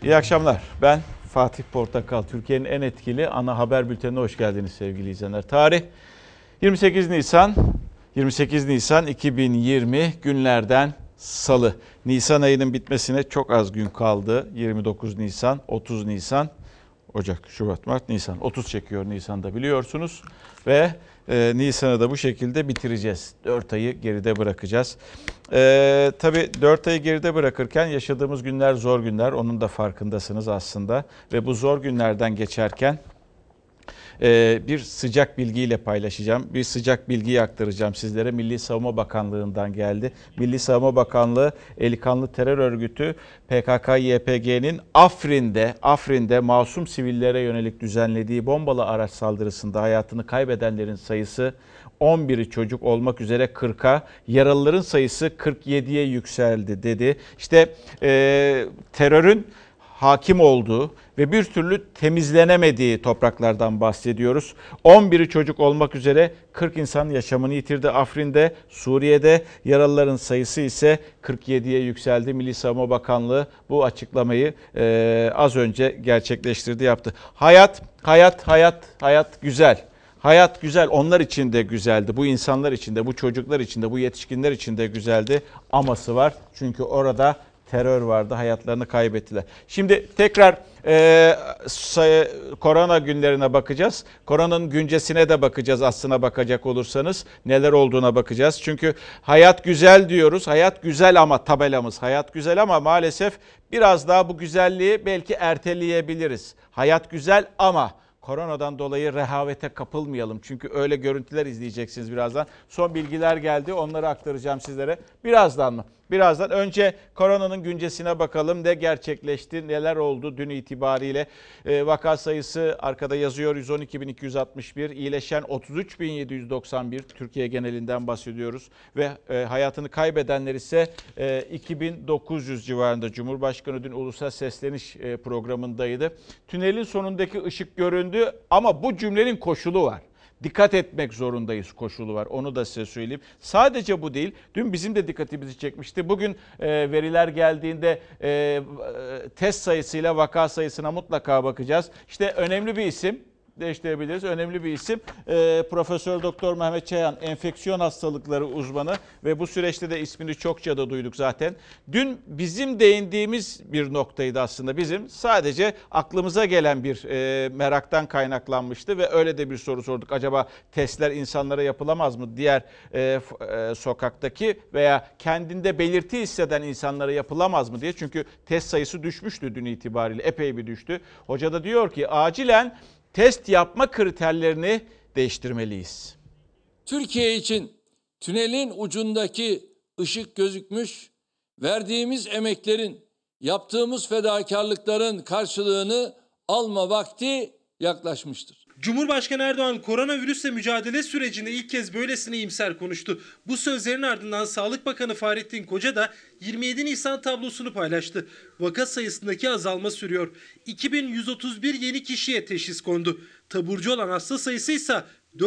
İyi akşamlar. Ben Fatih Portakal. Türkiye'nin en etkili ana haber bültenine hoş geldiniz sevgili izleyenler. Tarih 28 Nisan 2020 günlerden Salı. Nisan ayının bitmesine çok az gün kaldı. 29 Nisan, 30 Nisan, Ocak, Şubat, Mart, Nisan. 30 çekiyor Nisan'da biliyorsunuz. Ve Nisan'ı da bu şekilde bitireceğiz. 4 ayı geride bırakacağız. Tabii 4 ayı geride bırakırken yaşadığımız günler zor günler. Onun da farkındasınız aslında. Ve bu zor günlerden geçerken bir sıcak bilgiyle paylaşacağım. Bir sıcak bilgiyi aktaracağım sizlere. Milli Savunma Bakanlığı'ndan geldi. Milli Savunma Bakanlığı, eli kanlı terör örgütü PKK-YPG'nin Afrin'de masum sivillere yönelik düzenlediği bombalı araç saldırısında hayatını kaybedenlerin sayısı 11'i çocuk olmak üzere 40'a, yaralıların sayısı 47'ye yükseldi dedi. İşte terörün hakim olduğu ve bir türlü temizlenemediği topraklardan bahsediyoruz. 11'i çocuk olmak üzere 40 insan yaşamını yitirdi Afrin'de. Suriye'de yaralıların sayısı ise 47'ye yükseldi. Milli Savunma Bakanlığı bu açıklamayı az önce gerçekleştirdi, yaptı. Hayat güzel. Hayat güzel, onlar için de güzeldi. Bu insanlar için de, bu çocuklar için de, bu yetişkinler için de güzeldi. Aması var çünkü orada terör vardı, hayatlarını kaybettiler. Şimdi tekrar korona günlerine bakacağız. Koronanın güncesine de bakacağız, aslına bakacak olursanız. Neler olduğuna bakacağız. Çünkü hayat güzel diyoruz. Hayat güzel ama tabelamız hayat güzel ama maalesef biraz daha bu güzelliği belki erteleyebiliriz. Hayat güzel ama koronadan dolayı rehavete kapılmayalım. Çünkü öyle görüntüler izleyeceksiniz birazdan. Son bilgiler geldi. Onları aktaracağım sizlere. Birazdan mı? Birazdan. Önce koronanın güncesine bakalım. Ne gerçekleşti? Neler oldu dün itibariyle? Vaka sayısı arkada yazıyor. 112.261. İyileşen 33.791. Türkiye genelinden bahsediyoruz. Ve hayatını kaybedenler ise 2.900 civarında. Cumhurbaşkanı dün ulusal sesleniş programındaydı. Tünelin sonundaki ışık göründü ama bu cümlenin koşulu var. Dikkat etmek zorundayız koşulu var. Onu da size söyleyeyim. Sadece bu değil. Dün bizim de dikkatimizi çekmişti. Bugün veriler geldiğinde test sayısıyla vaka sayısına mutlaka bakacağız. İşte önemli bir isim. Değiştirebiliriz. Önemli bir isim. Profesör Doktor Mehmet Çayan, enfeksiyon hastalıkları uzmanı ve bu süreçte de ismini çokça da duyduk zaten. Dün bizim değindiğimiz bir noktaydı aslında. Bizim sadece aklımıza gelen bir meraktan kaynaklanmıştı ve öyle de bir soru sorduk. Acaba testler insanlara yapılamaz mı? Diğer sokaktaki veya kendinde belirti hisseden insanlara yapılamaz mı diye. Çünkü test sayısı düşmüştü dün itibariyle. Epey bir düştü. Hoca da diyor ki acilen test yapma kriterlerini değiştirmeliyiz. Türkiye için tünelin ucundaki ışık gözükmüş, verdiğimiz emeklerin, yaptığımız fedakarlıkların karşılığını alma vakti yaklaşmıştır. Cumhurbaşkanı Erdoğan koronavirüsle mücadele sürecinde ilk kez böylesine iyimser konuştu. Bu sözlerin ardından Sağlık Bakanı Fahrettin Koca da 27 Nisan tablosunu paylaştı. Vaka sayısındaki azalma sürüyor. 2131 yeni kişiye teşhis kondu. Taburcu olan hasta sayısı ise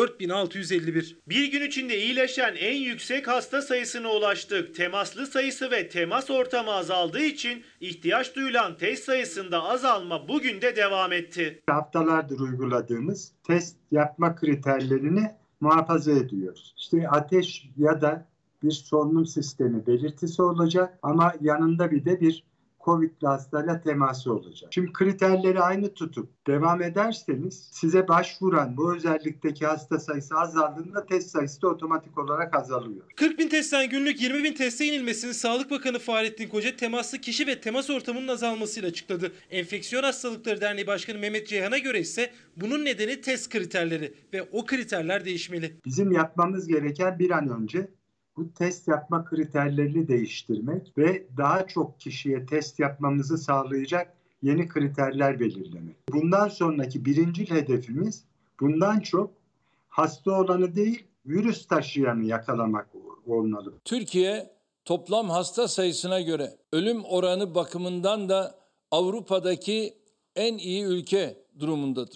4651. Bir gün içinde iyileşen en yüksek hasta sayısına ulaştık. Temaslı sayısı ve temas ortamı azaldığı için ihtiyaç duyulan test sayısında azalma bugün de devam etti. Haftalardır uyguladığımız test yapma kriterlerini muhafaza ediyoruz. İşte ateş ya da bir solunum sistemi belirtisi olacak ama yanında bir de bir Covid'li hastayla teması olacak. Şimdi kriterleri aynı tutup devam ederseniz size başvuran bu özellikteki hasta sayısı azaldığında test sayısı da otomatik olarak azalıyor. 40.000 testten günlük 20.000 teste inilmesini Sağlık Bakanı Fahrettin Koca temaslı kişi ve temas ortamının azalmasıyla açıkladı. Enfeksiyon Hastalıkları Derneği Başkanı Mehmet Ceyhan'a göre ise bunun nedeni test kriterleri ve o kriterler değişmeli. Bizim yapmamız gereken bir an önce bu test yapma kriterlerini değiştirmek ve daha çok kişiye test yapmamızı sağlayacak yeni kriterler belirlemek. Bundan sonraki birincil hedefimiz bundan çok hasta olanı değil, virüs taşıyanı yakalamak olmalı. Türkiye toplam hasta sayısına göre ölüm oranı bakımından da Avrupa'daki en iyi ülke durumundadır.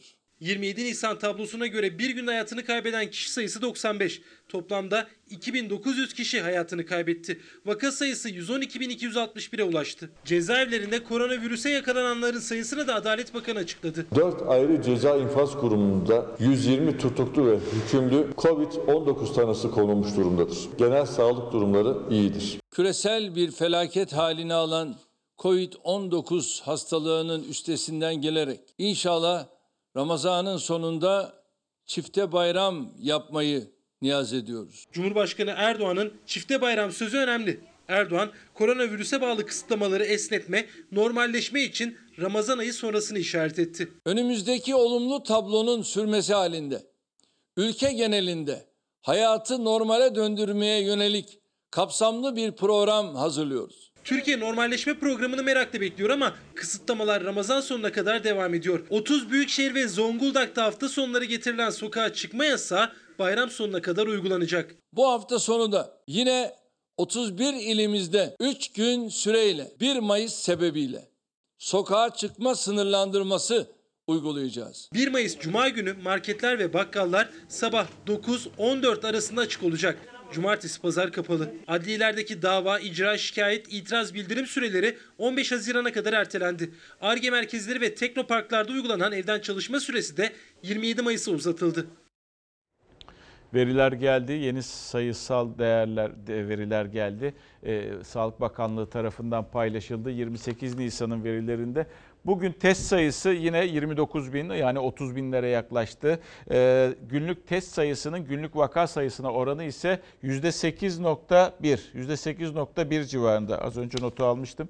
27 Nisan tablosuna göre bir günde hayatını kaybeden kişi sayısı 95. Toplamda 2900 kişi hayatını kaybetti. Vaka sayısı 112.261'e ulaştı. Cezaevlerinde koronavirüse yakalananların sayısını da Adalet Bakanı açıkladı. 4 ayrı ceza infaz kurumunda 120 tutuklu ve hükümlü COVID-19 tanısı konulmuş durumdadır. Genel sağlık durumları iyidir. Küresel bir felaket haline alan COVID-19 hastalığının üstesinden gelerek inşallah Ramazan'ın sonunda çifte bayram yapmayı niyaz ediyoruz. Cumhurbaşkanı Erdoğan'ın çifte bayram sözü önemli. Erdoğan, koronavirüse bağlı kısıtlamaları esnetme, normalleşme için Ramazan ayı sonrasını işaret etti. Önümüzdeki olumlu tablonun sürmesi halinde ülke genelinde hayatı normale döndürmeye yönelik kapsamlı bir program hazırlıyoruz. Türkiye normalleşme programını merakla bekliyor ama kısıtlamalar Ramazan sonuna kadar devam ediyor. 30 büyükşehir ve Zonguldak'ta hafta sonları getirilen sokağa çıkma yasağı bayram sonuna kadar uygulanacak. Bu hafta sonu da yine 31 ilimizde 3 gün süreyle 1 Mayıs sebebiyle sokağa çıkma sınırlandırması uygulayacağız. 1 Mayıs Cuma günü marketler ve bakkallar sabah 9-14 arasında açık olacak. Cumartesi pazar kapalı. Adliyelerdeki dava, icra, şikayet, itiraz, bildirim süreleri 15 Haziran'a kadar ertelendi. Ar-Ge merkezleri ve teknoparklarda uygulanan evden çalışma süresi de 27 Mayıs'a uzatıldı. Veriler geldi, yeni sayısal veriler geldi. Sağlık Bakanlığı tarafından paylaşıldı. 28 Nisan'ın verilerinde bugün test sayısı yine 29 bin, yani 30 binlere yaklaştı. Günlük test sayısının günlük vaka sayısına oranı ise %8.1. %8.1 civarında. Az önce notu almıştım.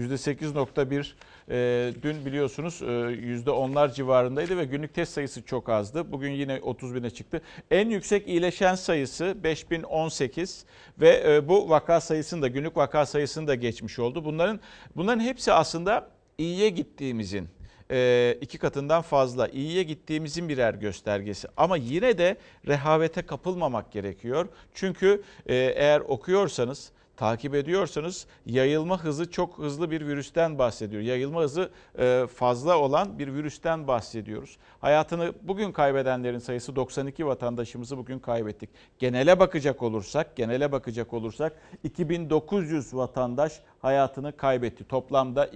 %8.1. Dün biliyorsunuz %10'lar civarındaydı ve günlük test sayısı çok azdı. Bugün yine 30 bine çıktı. En yüksek iyileşen sayısı 5018 ve bu vaka sayısını da, günlük vaka sayısını da geçmiş oldu. Bunların hepsi aslında iyiye gittiğimizin 2 katından fazla iyiye gittiğimizin birer göstergesi. Ama yine de rehavete kapılmamak gerekiyor. Çünkü eğer okuyorsanız, takip ediyorsanız yayılma hızı çok hızlı bir virüsten bahsediyor. Yayılma hızı fazla olan bir virüsten bahsediyoruz. Hayatını bugün kaybedenlerin sayısı 92 vatandaşımızı bugün kaybettik. Genele bakacak olursak 2900 vatandaş hayatını kaybetti. Toplamda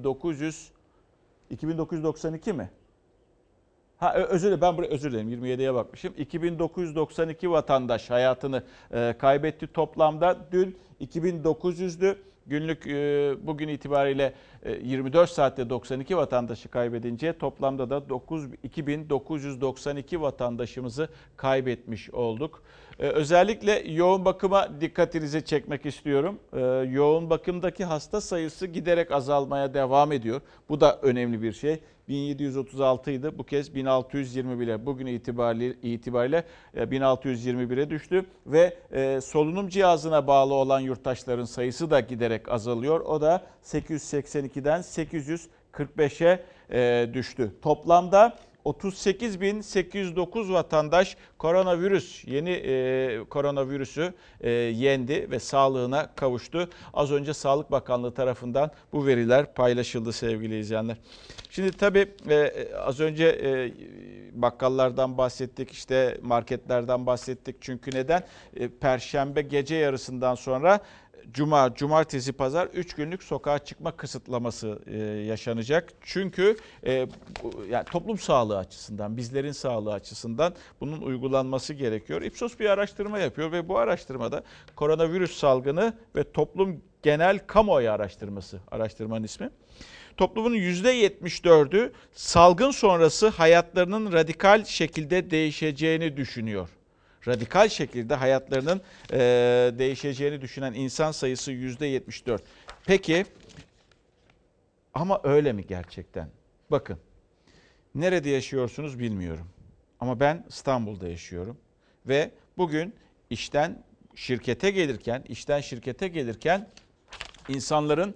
2992 mi? Özür dilerim 27'ye bakmışım. 2992 vatandaş hayatını kaybetti toplamda. Dün 2900'dü. Günlük bugün itibariyle 24 saatte 92 vatandaşı kaybedince toplamda da 2992 vatandaşımızı kaybetmiş olduk. Özellikle yoğun bakıma dikkatinizi çekmek istiyorum. Yoğun bakımdaki hasta sayısı giderek azalmaya devam ediyor. Bu da önemli bir şey. 1736 idi. Bu kez 1621'e, bugün itibariyle 1621'e düştü ve solunum cihazına bağlı olan yurttaşların sayısı da giderek azalıyor. O da 882'den 845'e düştü. Toplamda 38.809 vatandaş yeni koronavirüsü yendi ve sağlığına kavuştu. Az önce Sağlık Bakanlığı tarafından bu veriler paylaşıldı sevgili izleyenler. Şimdi tabii az önce bakkallardan bahsettik, işte marketlerden bahsettik. Çünkü neden? Perşembe gece yarısından sonra cumartesi, pazar 3 günlük sokağa çıkma kısıtlaması yaşanacak. Çünkü yani toplum sağlığı açısından, bizlerin sağlığı açısından bunun uygulanması gerekiyor. Ipsos bir araştırma yapıyor ve bu araştırmada koronavirüs salgını ve toplum genel kamuoyu araştırması, araştırmanın ismi. Toplumun %74'ü salgın sonrası hayatlarının radikal şekilde değişeceğini düşünüyor. Radikal şekilde hayatlarının değişeceğini düşünen insan sayısı %74. Peki ama öyle mi gerçekten? Bakın, nerede yaşıyorsunuz bilmiyorum. Ama ben İstanbul'da yaşıyorum. Ve bugün işten şirkete gelirken insanların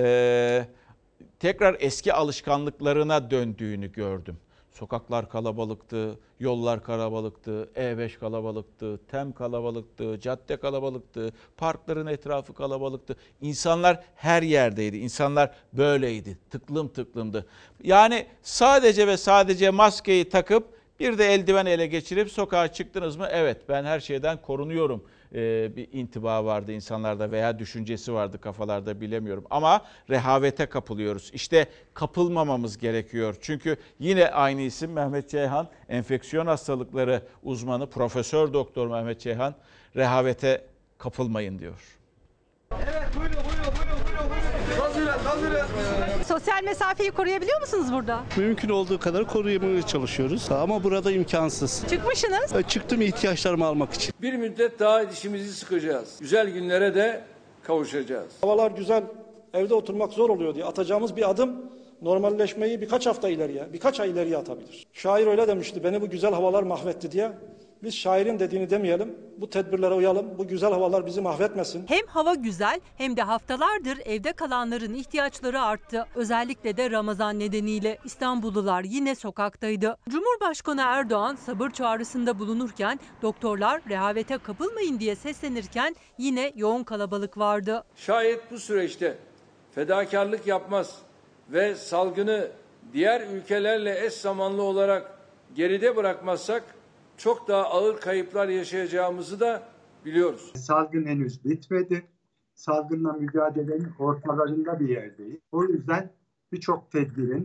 tekrar eski alışkanlıklarına döndüğünü gördüm. Sokaklar kalabalıktı, yollar kalabalıktı, E5 kalabalıktı, TEM kalabalıktı, cadde kalabalıktı, parkların etrafı kalabalıktı. İnsanlar her yerdeydi, insanlar böyleydi, tıklım tıklımdı. Yani sadece ve sadece maskeyi takıp Bir de eldiven ele geçirip sokağa çıktınız mı? Evet, ben her şeyden korunuyorum. Bir intiba vardı insanlarda veya düşüncesi vardı kafalarda, bilemiyorum. Ama rehavete kapılıyoruz. İşte kapılmamamız gerekiyor. Çünkü yine aynı isim Mehmet Ceyhan, enfeksiyon hastalıkları uzmanı Profesör Doktor Mehmet Ceyhan, rehavete kapılmayın diyor. Evet, buyurun. Sosyal mesafeyi koruyabiliyor musunuz burada? Mümkün olduğu kadar koruyamaya çalışıyoruz ama burada imkansız. Çıkmışsınız. Çıktım ihtiyaçlarımı almak için. Bir müddet daha dişimizi sıkacağız. Güzel günlere de kavuşacağız. Havalar güzel, evde oturmak zor oluyor diye atacağımız bir adım normalleşmeyi birkaç hafta ileriye, birkaç ay ileriye atabilir. Şair öyle demişti, beni bu güzel havalar mahvetti diye. Biz şairin dediğini demeyelim, bu tedbirlere uyalım, bu güzel havalar bizi mahvetmesin. Hem hava güzel hem de haftalardır evde kalanların ihtiyaçları arttı. Özellikle de Ramazan nedeniyle İstanbullular yine sokaktaydı. Cumhurbaşkanı Erdoğan sabır çağrısında bulunurken doktorlar rehavete kapılmayın diye seslenirken yine yoğun kalabalık vardı. Şayet bu süreçte fedakarlık yapmaz ve salgını diğer ülkelerle eş zamanlı olarak geride bırakmazsak çok daha ağır kayıplar yaşayacağımızı da biliyoruz. Salgın henüz bitmedi. Salgınla mücadelenin ortalarında bir yerdeyiz. O yüzden birçok tedbirin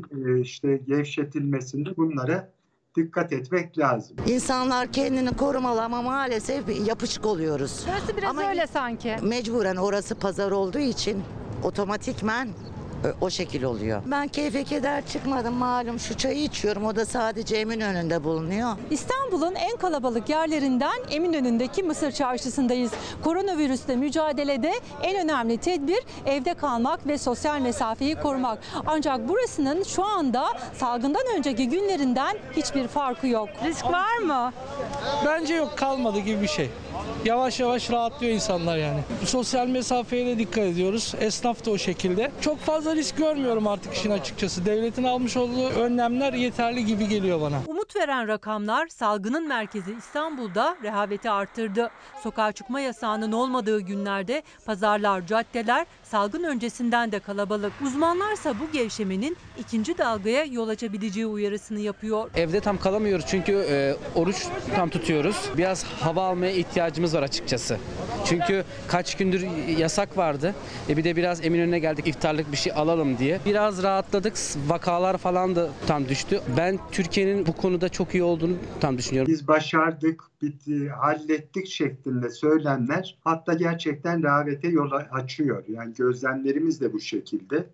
gevşetilmesinde bunlara dikkat etmek lazım. İnsanlar kendini korumalı ama maalesef yapışık oluyoruz. Burası biraz öyle sanki. Mecburen orası pazar olduğu için otomatikmen o şekil oluyor. Ben keyfe keder çıkmadım, malum şu çayı içiyorum, o da sadece Eminönü'nde bulunuyor. İstanbul'un en kalabalık yerlerinden Eminönü'ndeki Mısır Çarşısı'ndayız. Koronavirüsle mücadelede en önemli tedbir evde kalmak ve sosyal mesafeyi korumak. Ancak burasının şu anda salgından önceki günlerinden hiçbir farkı yok. Risk var mı? Bence yok, kalmadı gibi bir şey. Yavaş yavaş rahatlıyor insanlar yani. Sosyal mesafeye de dikkat ediyoruz. Esnaf da o şekilde. Çok fazla risk görmüyorum artık işin açıkçası. Devletin almış olduğu önlemler yeterli gibi geliyor bana. Umut veren rakamlar salgının merkezi İstanbul'da rehaveti arttırdı. Sokağa çıkma yasağının olmadığı günlerde pazarlar, caddeler salgın öncesinden de kalabalık. Uzmanlarsa bu gevşemenin ikinci dalgaya yol açabileceği uyarısını yapıyor. Evde tam kalamıyoruz çünkü oruç tam tutuyoruz. Biraz hava almaya ihtiyacımız var açıkçası. Çünkü kaç gündür yasak vardı. Bir de biraz Eminönü'ne geldik iftarlık bir şey alalım diye. Biraz rahatladık. Vakalar falan da tam düştü. Ben Türkiye'nin bu konuda çok iyi olduğunu tam düşünüyorum. Biz başardık, bitti, hallettik şeklinde söylemler hatta gerçekten rehavete yol açıyor. Yani gözlemlerimiz de bu şekilde.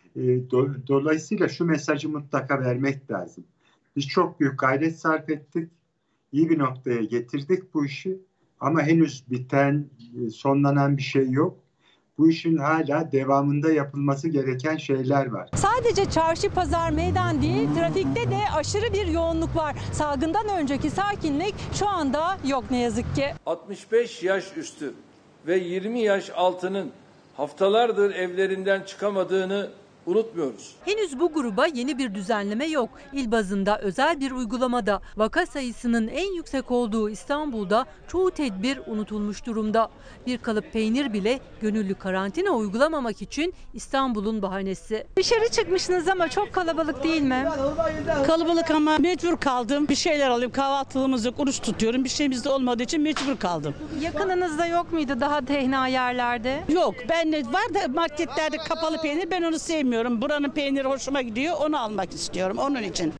Dolayısıyla şu mesajı mutlaka vermek lazım. Biz çok büyük gayret sarf ettik. İyi bir noktaya getirdik bu işi. Ama henüz biten, sonlanan bir şey yok. Bu işin hala devamında yapılması gereken şeyler var. Sadece çarşı, pazar, meydan değil, trafikte de aşırı bir yoğunluk var. Salgından önceki sakinlik şu anda yok ne yazık ki. 65 yaş üstü ve 20 yaş altının haftalardır evlerinden çıkamadığını unutmuyoruz. Henüz bu gruba yeni bir düzenleme yok. İl bazında özel bir uygulamada vaka sayısının en yüksek olduğu İstanbul'da çoğu tedbir unutulmuş durumda. Bir kalıp peynir bile gönüllü karantina uygulamamak için İstanbul'un bahanesi. Dışarı çıkmışsınız ama çok kalabalık değil mi? Kalabalık ama mecbur kaldım. Bir şeyler alayım, kahvaltılığımız yok, oruç tutuyorum. Bir şeyimiz de olmadığı için mecbur kaldım. Yakınınızda yok muydu daha tenha yerlerde? Yok, ben de var da marketlerde kapalı peynir, ben onu sevmiyorum. Buranın peyniri hoşuma gidiyor, onu almak istiyorum onun için.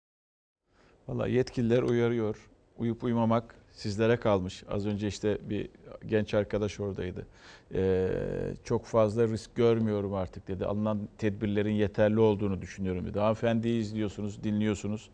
Vallahi yetkililer uyarıyor. Uyup uyumamak sizlere kalmış. Az önce işte bir genç arkadaş oradaydı. Çok fazla risk görmüyorum artık dedi. Alınan tedbirlerin yeterli olduğunu düşünüyorum dedi. Hanımefendiyi izliyorsunuz, dinliyorsunuz.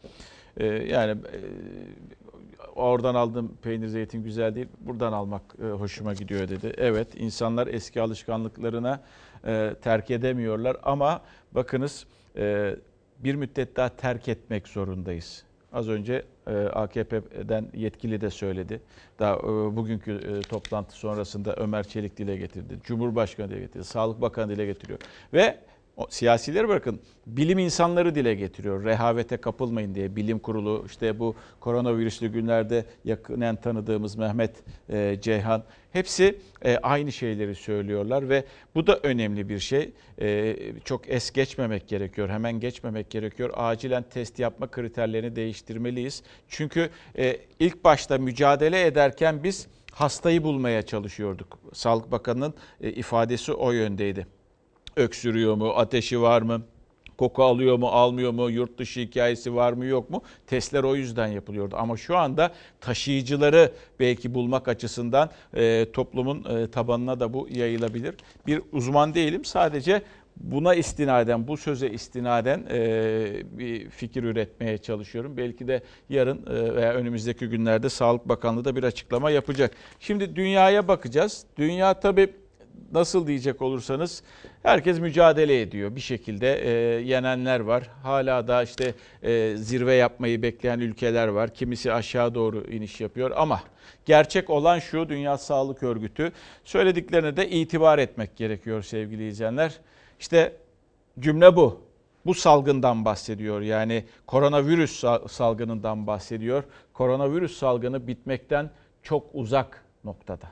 Oradan aldığım peynir, zeytin güzel değil. Buradan almak hoşuma gidiyor dedi. Evet, insanlar eski alışkanlıklarına terk edemiyorlar. Ama bakınız bir müddet daha terk etmek zorundayız. Az önce AKP'den yetkili de söyledi. Daha bugünkü toplantı sonrasında Ömer Çelik dile getirdi. Cumhurbaşkanı dile getirdi. Sağlık Bakanı dile getiriyor. Ve siyasileri bırakın, bilim insanları dile getiriyor. Rehavete kapılmayın diye bilim kurulu, işte bu koronavirüslü günlerde yakinen tanıdığımız Mehmet Ceyhan, hepsi aynı şeyleri söylüyorlar ve bu da önemli bir şey. Çok es geçmemek gerekiyor, hemen geçmemek gerekiyor. Acilen test yapma kriterlerini değiştirmeliyiz. Çünkü ilk başta mücadele ederken biz hastayı bulmaya çalışıyorduk. Sağlık Bakanı'nın ifadesi o yöndeydi. Öksürüyor mu, ateşi var mı, koku alıyor mu, almıyor mu, yurt dışı hikayesi var mı, yok mu? Testler o yüzden yapılıyordu. Ama şu anda taşıyıcıları belki bulmak açısından toplumun tabanına da bu yayılabilir. Bir uzman değilim, sadece buna istinaden, bu söze istinaden bir fikir üretmeye çalışıyorum. Belki de yarın veya önümüzdeki günlerde Sağlık Bakanlığı da bir açıklama yapacak. Şimdi dünyaya bakacağız. Dünya tabii nasıl diyecek olursanız herkes mücadele ediyor. Bir şekilde yenenler var. Hala da işte zirve yapmayı bekleyen ülkeler var. Kimisi aşağı doğru iniş yapıyor ama gerçek olan şu: Dünya Sağlık Örgütü söylediklerine de itibar etmek gerekiyor sevgili izleyenler. İşte cümle bu. Bu salgından bahsediyor. Yani koronavirüs salgınından bahsediyor. Koronavirüs salgını bitmekten çok uzak noktada.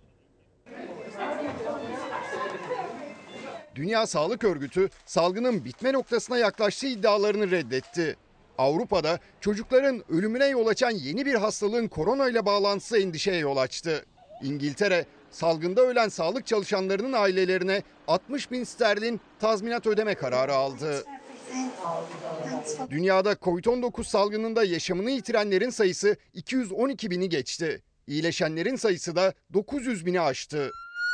Dünya Sağlık Örgütü salgının bitme noktasına yaklaştığı iddialarını reddetti. Avrupa'da çocukların ölümüne yol açan yeni bir hastalığın korona ile bağlantısı endişeye yol açtı. İngiltere, salgında ölen sağlık çalışanlarının ailelerine 60.000 sterlin tazminat ödeme kararı aldı. Dünyada Covid-19 salgınında yaşamını yitirenlerin sayısı 212.000'i geçti. İyileşenlerin sayısı da 900.000'i aştı.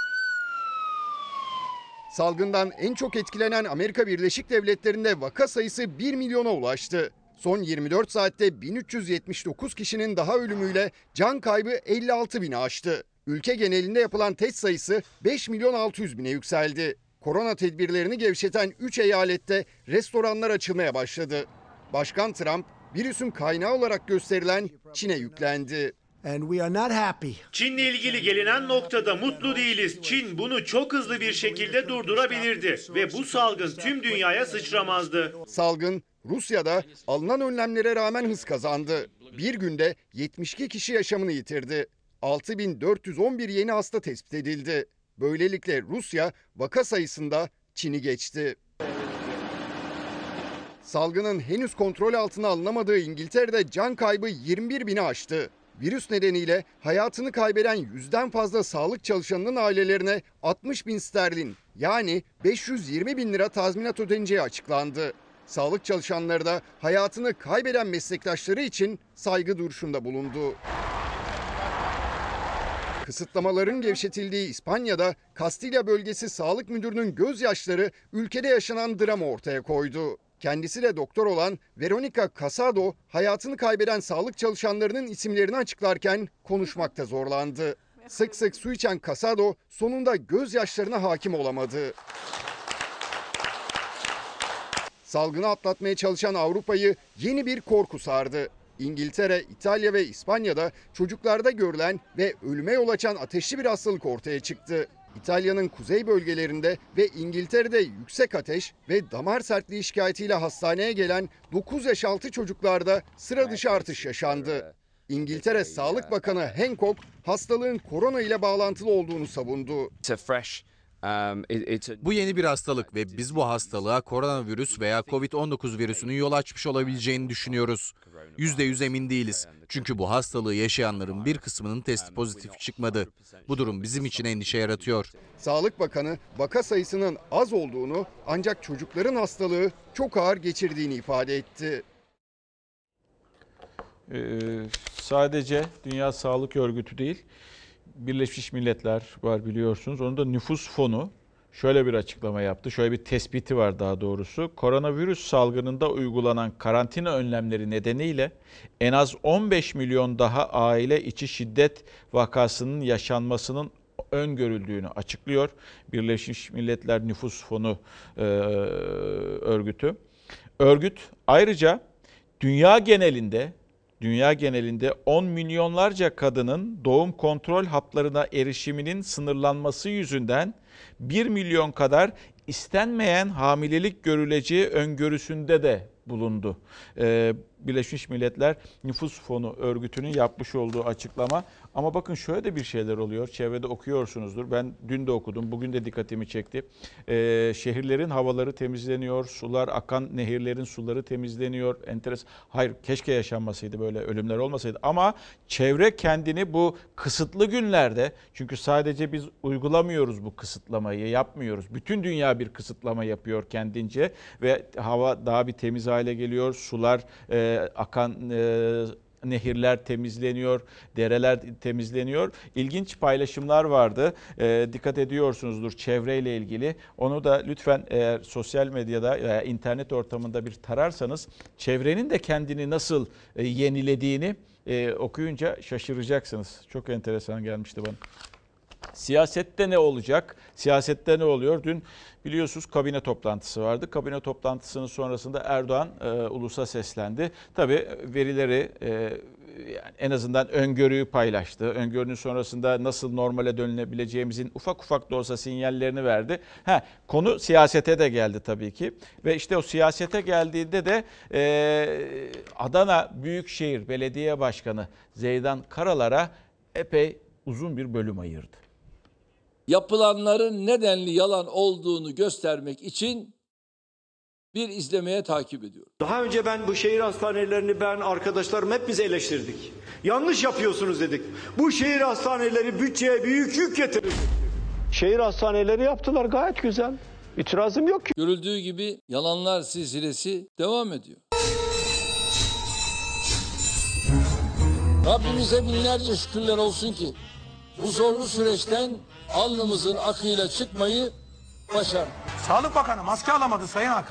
Salgından en çok etkilenen Amerika Birleşik Devletleri'nde vaka sayısı 1 milyona ulaştı. Son 24 saatte 1379 kişinin daha ölümüyle can kaybı 56.000'i aştı. Ülke genelinde yapılan test sayısı 5.600.000'e yükseldi. Korona tedbirlerini gevşeten 3 eyalette restoranlar açılmaya başladı. Başkan Trump, virüsün kaynağı olarak gösterilen Çin'e yüklendi. Çin'le ilgili gelinen noktada mutlu değiliz. Çin bunu çok hızlı bir şekilde durdurabilirdi ve bu salgın tüm dünyaya sıçramazdı. Salgın Rusya'da alınan önlemlere rağmen hız kazandı. Bir günde 72 kişi yaşamını yitirdi. 6.411 yeni hasta tespit edildi. Böylelikle Rusya vaka sayısında Çin'i geçti. Salgının henüz kontrol altına alınamadığı İngiltere'de can kaybı 21.000'i aştı. Virüs nedeniyle hayatını kaybeden 100'den fazla sağlık çalışanının ailelerine 60.000 sterlin yani 520.000 lira tazminat ödeneceği açıklandı. Sağlık çalışanları da hayatını kaybeden meslektaşları için saygı duruşunda bulundu. Kısıtlamaların gevşetildiği İspanya'da Kastilya bölgesi sağlık müdürünün gözyaşları ülkede yaşanan dramı ortaya koydu. Kendisi de doktor olan Veronica Casado hayatını kaybeden sağlık çalışanlarının isimlerini açıklarken konuşmakta zorlandı. Sık sık su içen Casado sonunda gözyaşlarına hakim olamadı. Salgını atlatmaya çalışan Avrupa'yı yeni bir korku sardı. İngiltere, İtalya ve İspanya'da çocuklarda görülen ve ölüme yol açan ateşli bir hastalık ortaya çıktı. İtalya'nın kuzey bölgelerinde ve İngiltere'de yüksek ateş ve damar sertliği şikayetiyle hastaneye gelen 9 yaş altı çocuklarda sıra dışı artış yaşandı. İngiltere Sağlık Bakanı Hancock hastalığın korona ile bağlantılı olduğunu savundu. Bu yeni bir hastalık ve biz bu hastalığa koronavirüs veya Covid-19 virüsünün yol açmış olabileceğini düşünüyoruz. %100 emin değiliz. Çünkü bu hastalığı yaşayanların bir kısmının testi pozitif çıkmadı. Bu durum bizim için endişe yaratıyor. Sağlık Bakanı vaka sayısının az olduğunu ancak çocukların hastalığı çok ağır geçirdiğini ifade etti. Sadece Dünya Sağlık Örgütü değil, Birleşmiş Milletler var biliyorsunuz. Onun da nüfus fonu şöyle bir açıklama yaptı. Şöyle bir tespiti var daha doğrusu. Koronavirüs salgınında uygulanan karantina önlemleri nedeniyle en az 15 milyon daha aile içi şiddet vakasının yaşanmasının öngörüldüğünü açıklıyor. Birleşmiş Milletler Nüfus Fonu örgütü. Örgüt ayrıca dünya genelinde dünya genelinde 10 milyonlarca kadının doğum kontrol haplarına erişiminin sınırlanması yüzünden 1 milyon kadar istenmeyen hamilelik görüleceği öngörüsünde de bulundu. Birleşmiş Milletler Nüfus Fonu örgütünün yapmış olduğu açıklama. Ama bakın şöyle de bir şeyler oluyor. Çevrede okuyorsunuzdur. Ben dün de okudum. Bugün de dikkatimi çekti. Şehirlerin havaları temizleniyor. Sular, akan nehirlerin suları temizleniyor. Hayır, keşke yaşanmasaydı, böyle ölümler olmasaydı. Ama çevre kendini bu kısıtlı günlerde, çünkü sadece biz uygulamıyoruz bu kısıtlamayı, yapmıyoruz. Bütün dünya bir kısıtlama yapıyor kendince ve hava daha bir temiz hale geliyor. Sular, akan nehirler temizleniyor, dereler temizleniyor. İlginç paylaşımlar vardı. Dikkat ediyorsunuzdur çevreyle ilgili. Onu da lütfen eğer sosyal medyada veya internet ortamında bir tararsanız çevrenin de kendini nasıl yenilediğini okuyunca şaşıracaksınız. Çok enteresan gelmişti bana. Siyasette ne olacak? Siyasette ne oluyor? Dün biliyorsunuz kabine toplantısı vardı. Kabine toplantısının sonrasında Erdoğan ulusa seslendi. Tabii verileri yani en azından öngörüyü paylaştı. Öngörünün sonrasında nasıl normale dönülebileceğimizin ufak ufak da olsa sinyallerini verdi. Konu siyasete de geldi tabii ki. Ve işte o siyasete geldiğinde de Adana Büyükşehir Belediye Başkanı Zeydan Karalar'a epey uzun bir bölüm ayırdı. Yapılanların nedenli yalan olduğunu göstermek için bir izlemeye takip ediyorum. Daha önce ben bu şehir hastanelerini, ben arkadaşlarım hep biz eleştirdik. Yanlış yapıyorsunuz dedik. Bu şehir hastaneleri bütçeye büyük yük getirir. Şehir hastaneleri yaptılar, gayet güzel. İtirazım yok ki. Görüldüğü gibi yalanlar silsilesi devam ediyor. Rabbimize binlerce şükürler olsun ki bu zorlu süreçten alnımızın akıyla çıkmayı başardık. Sağlık Bakanı maske alamadı Sayın Hakan.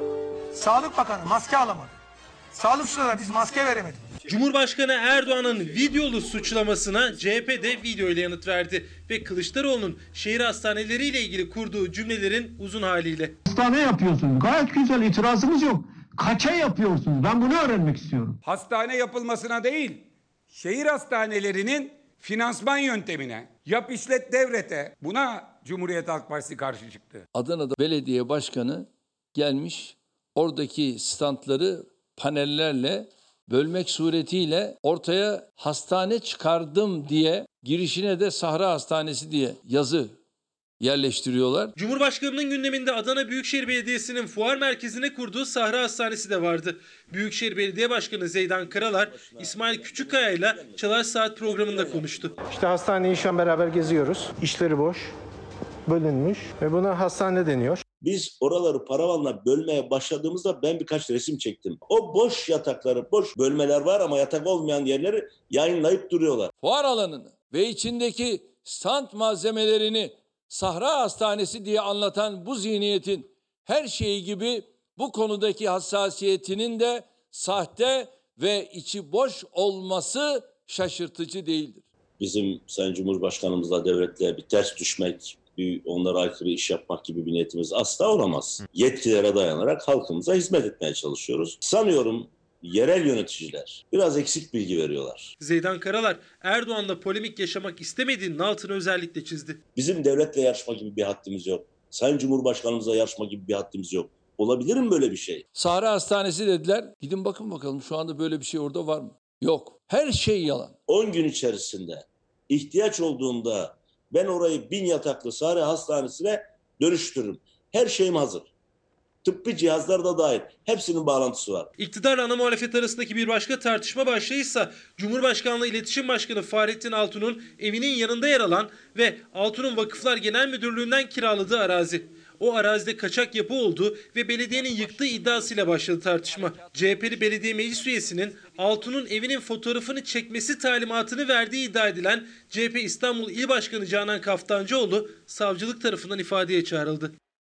Sağlık Bakanı maske alamadı. Sağlıkçılara biz maske veremedik. Cumhurbaşkanı Erdoğan'ın videolu suçlamasına CHP de video ile yanıt verdi ve Kılıçdaroğlu'nun şehir hastaneleriyle ilgili kurduğu cümlelerin uzun haliyle. Hastane yapıyorsunuz. Gayet güzel, itirazımız yok. Kaça yapıyorsunuz? Ben bunu öğrenmek istiyorum. Hastane yapılmasına değil, şehir hastanelerinin finansman yöntemine, yap işlet devrete, buna Cumhuriyet Halk Partisi karşı çıktı. Adana'da belediye başkanı gelmiş, oradaki standları panellerle bölmek suretiyle ortaya hastane çıkardım diye, girişine de Sahra Hastanesi diye yazı yerleştiriyorlar. Cumhurbaşkanının gündeminde Adana Büyükşehir Belediyesi'nin fuar merkezine kurduğu Sahra Hastanesi de vardı. Büyükşehir Belediye Başkanı Zeydan Karalar, İsmail Küçükkaya ile Çalar Saat programında konuştu. İşte hastaneyi şu an beraber geziyoruz. İşleri boş, bölünmüş ve buna hastane deniyor. Biz oraları paravanla bölmeye başladığımızda ben birkaç resim çektim. O boş yatakları, boş bölmeler var ama yatak olmayan yerleri yayınlayıp duruyorlar. Fuar alanını ve içindeki stand malzemelerini Sahra Hastanesi diye anlatan bu zihniyetin her şeyi gibi bu konudaki hassasiyetinin de sahte ve içi boş olması şaşırtıcı değildir. Bizim Sayın Cumhurbaşkanımızla, devletle bir ters düşmek, onlara aykırı iş yapmak gibi bir niyetimiz asla olamaz. Yetkilere dayanarak halkımıza hizmet etmeye çalışıyoruz. Sanıyorum yerel yöneticiler biraz eksik bilgi veriyorlar. Zeydan Karalar, Erdoğan'la polemik yaşamak istemediğinin altını özellikle çizdi. Bizim devletle yarışma gibi bir haddimiz yok. Sayın Cumhurbaşkanımızla yarışma gibi bir haddimiz yok. Olabilir mi böyle bir şey? Sahra Hastanesi dediler. Gidin bakın bakalım şu anda böyle bir şey orada var mı? Yok. Her şey yalan. 10 gün içerisinde ihtiyaç olduğunda ben orayı 1000 yataklı Sahra Hastanesi'ne dönüştürürüm. Her şeyim hazır. Tıbbi cihazlar da dahil. Hepsinin bağlantısı var. İktidarla ana muhalefet arasındaki bir başka tartışma başlığıysa Cumhurbaşkanlığı İletişim Başkanı Fahrettin Altun'un evinin yanında yer alan ve Altun'un Vakıflar Genel Müdürlüğü'nden kiraladığı arazi. O arazide kaçak yapı olduğu ve belediyenin yıktığı iddiasıyla başladı tartışma. CHP'li belediye meclis üyesinin Altun'un evinin fotoğrafını çekmesi talimatını verdiği iddia edilen CHP İstanbul İl Başkanı Canan Kaftancıoğlu savcılık tarafından ifadeye çağrıldı.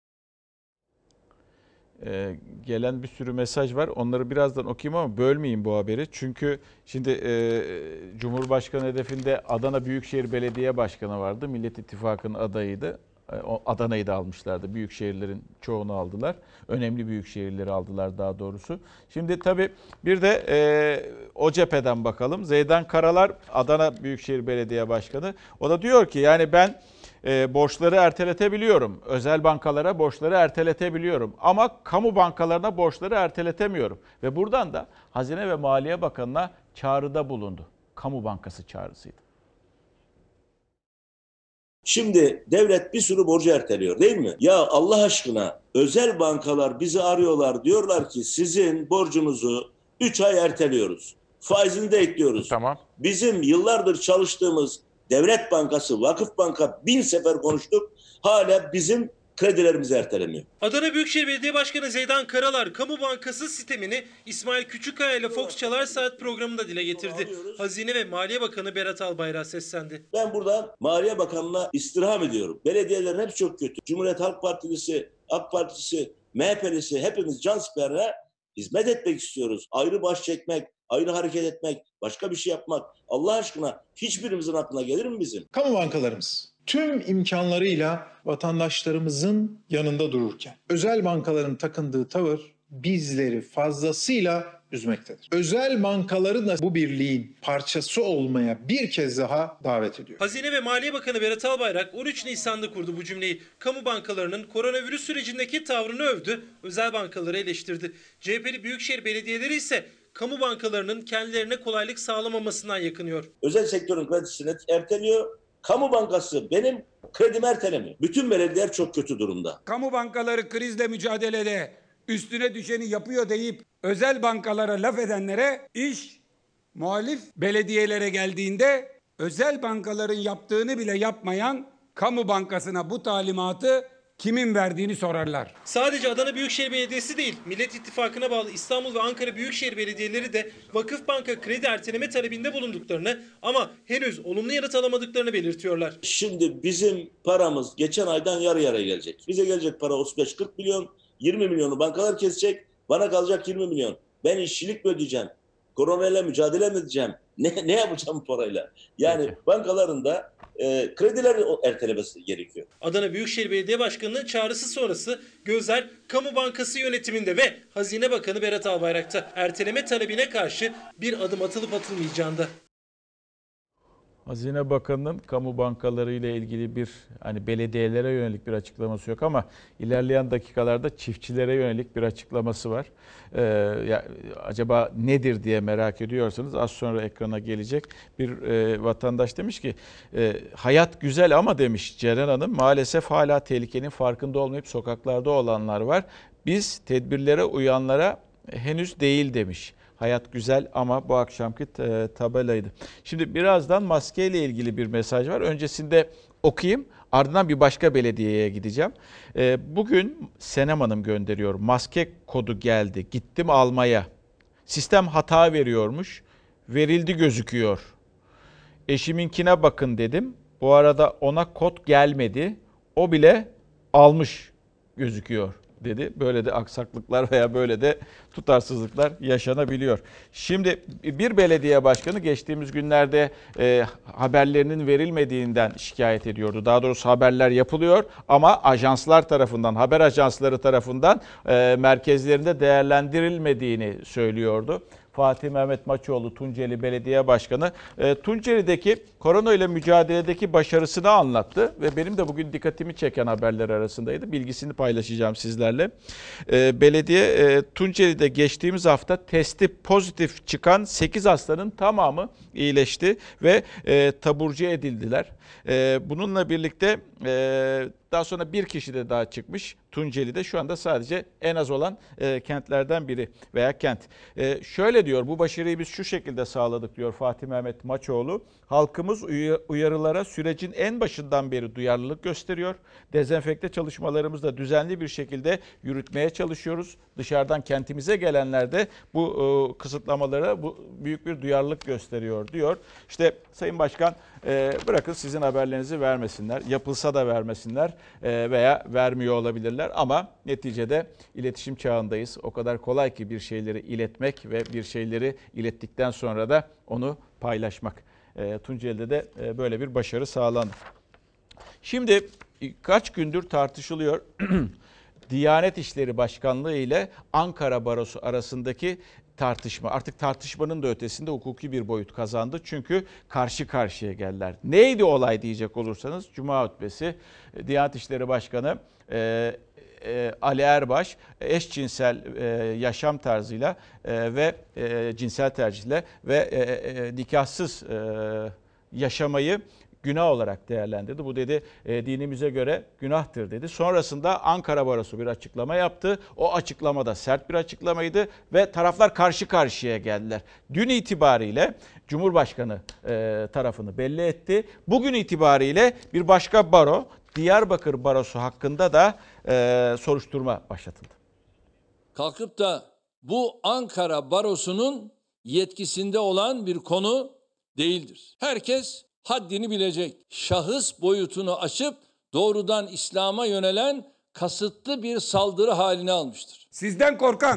Gelen bir sürü mesaj var. Onları birazdan okuyayım ama bölmeyeyim bu haberi. Çünkü şimdi Cumhurbaşkanı hedefinde Adana Büyükşehir Belediye Başkanı vardı. Millet İttifakı'nın adayıydı. Adana'yı da almışlardı. Büyük şehirlerin çoğunu aldılar. Önemli büyük şehirleri aldılar daha doğrusu. Şimdi tabii bir de o cepheden bakalım. Zeydan Karalar, Adana Büyükşehir Belediye Başkanı. O da diyor ki yani ben borçları erteletebiliyorum. Özel bankalara borçları erteletebiliyorum. Ama kamu bankalarına borçları erteletemiyorum. Ve buradan da Hazine ve Maliye Bakanı'na çağrıda bulundu. Kamu bankası çağrısıydı. Şimdi devlet bir sürü borcu erteliyor değil mi? Ya Allah aşkına özel bankalar bizi arıyorlar, diyorlar ki sizin borcunuzu 3 ay erteliyoruz. Faizini de ekliyoruz. Tamam. Bizim yıllardır çalıştığımız Devlet Bankası, Vakıf Banka 1000 sefer konuştuk. Hala bizim kredilerimizi ertelemiyor. Adana Büyükşehir Belediye Başkanı Zeydan Karalar, Kamu Bankası sistemini İsmail Küçükkaya ile Fox Çalar Saat programında dile getirdi. Hazine ve Maliye Bakanı Berat Albayrak seslendi. Ben burada Maliye Bakanı'na istirham ediyorum. Belediyelerin hepsi çok kötü. Cumhuriyet Halk Partisi, AK Partisi, MHP'lisi hepimiz canseverlere hizmet etmek istiyoruz. Ayrı baş çekmek, ayrı hareket etmek, başka bir şey yapmak. Allah aşkına hiçbirimizin aklına gelir mi bizim? Kamu bankalarımız tüm imkanlarıyla vatandaşlarımızın yanında dururken özel bankaların takındığı tavır bizleri fazlasıyla üzmektedir. Özel bankaların da bu birliğin parçası olmaya bir kez daha davet ediyor. Hazine ve Maliye Bakanı Berat Albayrak 13 Nisan'da kurdu bu cümleyi. Kamu bankalarının koronavirüs sürecindeki tavrını övdü, özel bankaları eleştirdi. CHP'li büyükşehir belediyeleri ise kamu bankalarının kendilerine kolaylık sağlamamasından yakınıyor. Özel sektörün kredisini erteliyor. Kamu bankası benim kredimi ertelemiyor. Bütün belediyeler çok kötü durumda. Kamu bankaları krizle mücadelede üstüne düşeni yapıyor deyip özel bankalara laf edenlere iş muhalif belediyelere geldiğinde özel bankaların yaptığını bile yapmayan kamu bankasına bu talimatı kimin verdiğini sorarlar. Sadece Adana Büyükşehir Belediyesi değil, Millet İttifakı'na bağlı İstanbul ve Ankara Büyükşehir Belediyeleri de Vakıfbanka kredi erteleme talebinde bulunduklarını ama henüz olumlu yanıt alamadıklarını belirtiyorlar. Şimdi bizim paramız geçen aydan yarı yarıya gelecek. Bize gelecek para 35-40 milyon, 20 milyonu bankalar kesecek, bana kalacak 20 milyon. Ben işçilik mi ödeyeceğim? Koronayla mücadele mi edeceğim? Ne yapacağım bu parayla? Yani bankaların da krediler ertelemesi gerekiyor. Adana Büyükşehir Belediye Başkanı'nın çağrısı sonrası gözler Kamu Bankası yönetiminde ve Hazine Bakanı Berat Albayrak'ta. Erteleme talebine karşı bir adım atılıp atılmayacağında. Hazine Bakanı'nın kamu bankaları ile ilgili bir belediyelere yönelik bir açıklaması yok ama ilerleyen dakikalarda çiftçilere yönelik bir açıklaması var. Acaba nedir diye merak ediyorsanız az sonra ekrana gelecek bir vatandaş demiş ki hayat güzel ama demiş Ceren Hanım maalesef hala tehlikenin farkında olmayıp sokaklarda olanlar var. Biz tedbirlere uyanlara henüz değil demiş. Hayat güzel ama bu akşamki tabelaydı. Şimdi birazdan maskeyle ilgili bir mesaj var. Öncesinde okuyayım. Ardından bir başka belediyeye gideceğim. Bugün Senem Hanım gönderiyor. Maske kodu geldi. Gittim almaya. Sistem hata veriyormuş. Verildi gözüküyor. Eşiminkine bakın dedim. Bu arada ona kod gelmedi. O bile almış gözüküyor dedi. Böyle de aksaklıklar veya böyle de tutarsızlıklar yaşanabiliyor. Şimdi bir belediye başkanı geçtiğimiz günlerde haberlerinin verilmediğinden şikayet ediyordu. Daha doğrusu haberler yapılıyor ama ajanslar tarafından, haber ajansları tarafından merkezlerinde değerlendirilmediğini söylüyordu. Fatih Mehmet Maçoğlu Tunceli Belediye Başkanı Tunceli'deki korona ile mücadeledeki başarısını anlattı ve benim de bugün dikkatimi çeken haberler arasındaydı. Bilgisini paylaşacağım sizlerle. Belediye Tunceli'de geçtiğimiz hafta testi pozitif çıkan 8 hastanın tamamı iyileşti ve taburcu edildiler. Bununla birlikte daha sonra bir kişi de daha çıkmış. Tunceli'de şu anda sadece en az olan kentlerden biri veya kent. Şöyle diyor, bu başarıyı biz şu şekilde sağladık diyor Fatih Mehmet Maçoğlu. Halkımız uyarılara sürecin en başından beri duyarlılık gösteriyor. Dezenfekte çalışmalarımızı da düzenli bir şekilde yürütmeye çalışıyoruz. Dışarıdan kentimize gelenler de bu kısıtlamalara büyük bir duyarlılık gösteriyor diyor. İşte Sayın Başkan bırakın sizin haberlerinizi vermesinler. Yapılsa da vermesinler veya vermiyor olabilirler. Ama neticede iletişim çağındayız. O kadar kolay ki bir şeyleri iletmek ve bir şeyleri ilettikten sonra da onu paylaşmak. Tunceli'de de böyle bir başarı sağlandı. Şimdi kaç gündür tartışılıyor. Diyanet İşleri Başkanlığı ile Ankara Barosu arasındaki tartışma. Artık tartışmanın da ötesinde hukuki bir boyut kazandı. Çünkü karşı karşıya geldiler. Neydi olay diyecek olursanız, Cuma hutbesi, Diyanet İşleri Başkanı Ali Erbaş eşcinsel yaşam tarzıyla ve cinsel tercihle ve nikahsız yaşamayı günah olarak değerlendirdi. Bu dedi dinimize göre günahtır dedi. Sonrasında Ankara Barosu bir açıklama yaptı. O açıklama da sert bir açıklamaydı ve taraflar karşı karşıya geldiler. Dün itibariyle Cumhurbaşkanı tarafını belli etti. Bugün itibariyle bir başka baro, Diyarbakır Barosu hakkında da soruşturma başlatıldı. Kalkıp da bu Ankara Barosu'nun yetkisinde olan bir konu değildir. Herkes haddini bilecek. Şahıs boyutunu aşıp doğrudan İslam'a yönelen kasıtlı bir saldırı haline almıştır. Sizden korkan,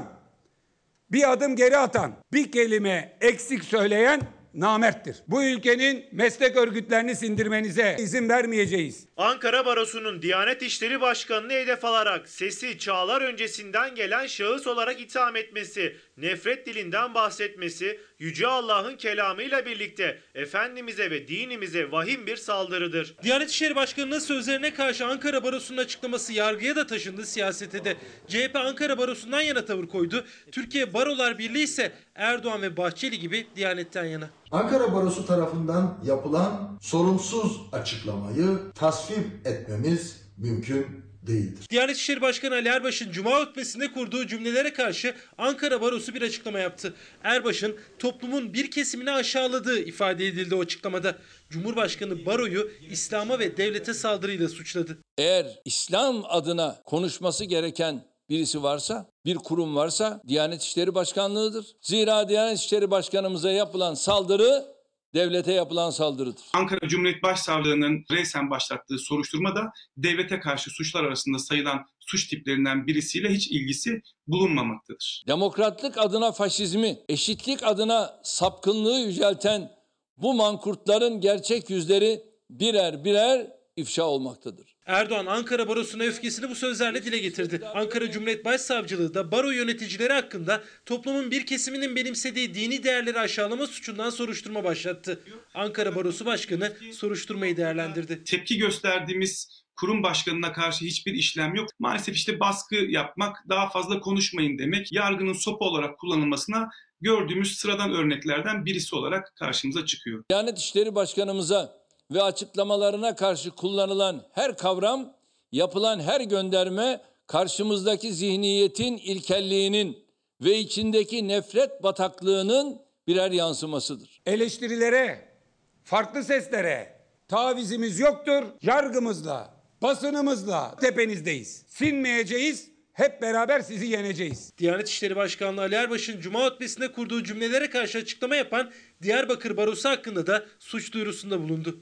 bir adım geri atan, bir kelime eksik söyleyen namerttir. Bu ülkenin meslek örgütlerini sindirmenize izin vermeyeceğiz. Ankara Barosu'nun Diyanet İşleri Başkanı'nı hedef alarak sesi çağlar öncesinden gelen şahıs olarak itham etmesi, nefret dilinden bahsetmesi, Yüce Allah'ın kelamıyla birlikte Efendimiz'e ve dinimize vahim bir saldırıdır. Diyanet İşleri Başkanı'nın sözlerine karşı Ankara Barosu'nun açıklaması yargıya da taşındı, siyasete de. CHP Ankara Barosu'ndan yana tavır koydu. Türkiye Barolar Birliği ise Erdoğan ve Bahçeli gibi Diyanet'ten yana. Ankara Barosu tarafından yapılan sorumsuz açıklamayı tasvip etmemiz mümkün değildir. Diyanet İşleri Başkanı Ali Erbaş'ın Cuma hutbesinde kurduğu cümlelere karşı Ankara Barosu bir açıklama yaptı. Erbaş'ın toplumun bir kesimini aşağıladığı ifade edildi o açıklamada. Cumhurbaşkanı Baro'yu İslam'a ve devlete saldırıyla suçladı. Eğer İslam adına konuşması gereken birisi varsa, bir kurum varsa Diyanet İşleri Başkanlığı'dır. Zira Diyanet İşleri Başkanımıza yapılan saldırı devlete yapılan saldırıdır. Ankara Cumhuriyet Başsavcılığı'nın resen başlattığı soruşturmada devlete karşı suçlar arasında sayılan suç tiplerinden birisiyle hiç ilgisi bulunmamaktadır. Demokratlık adına faşizmi, eşitlik adına sapkınlığı yücelten bu mankurtların gerçek yüzleri birer birer ifşa olmaktadır. Erdoğan Ankara Barosu'na öfkesini bu sözlerle dile getirdi. Ankara Cumhuriyet Başsavcılığı da baro yöneticileri hakkında toplumun bir kesiminin benimsediği dini değerleri aşağılama suçundan soruşturma başlattı. Ankara Barosu Başkanı soruşturmayı değerlendirdi. Tepki gösterdiğimiz kurum başkanına karşı hiçbir işlem yok. Maalesef işte baskı yapmak, daha fazla konuşmayın demek, yargının sopa olarak kullanılmasına gördüğümüz sıradan örneklerden birisi olarak karşımıza çıkıyor. Diyanet İşleri Başkanımıza ve açıklamalarına karşı kullanılan her kavram, yapılan her gönderme karşımızdaki zihniyetin ilkelliğinin ve içindeki nefret bataklığının birer yansımasıdır. Eleştirilere, farklı seslere tavizimiz yoktur. Yargımızla, basınımızla tepenizdeyiz. Sinmeyeceğiz. Hep beraber sizi yeneceğiz. Diyanet İşleri Başkanlığı Ali Erbaş'ın Cuma hutbesinde kurduğu cümlelere karşı açıklama yapan Diyarbakır Barosu hakkında da suç duyurusunda bulundu.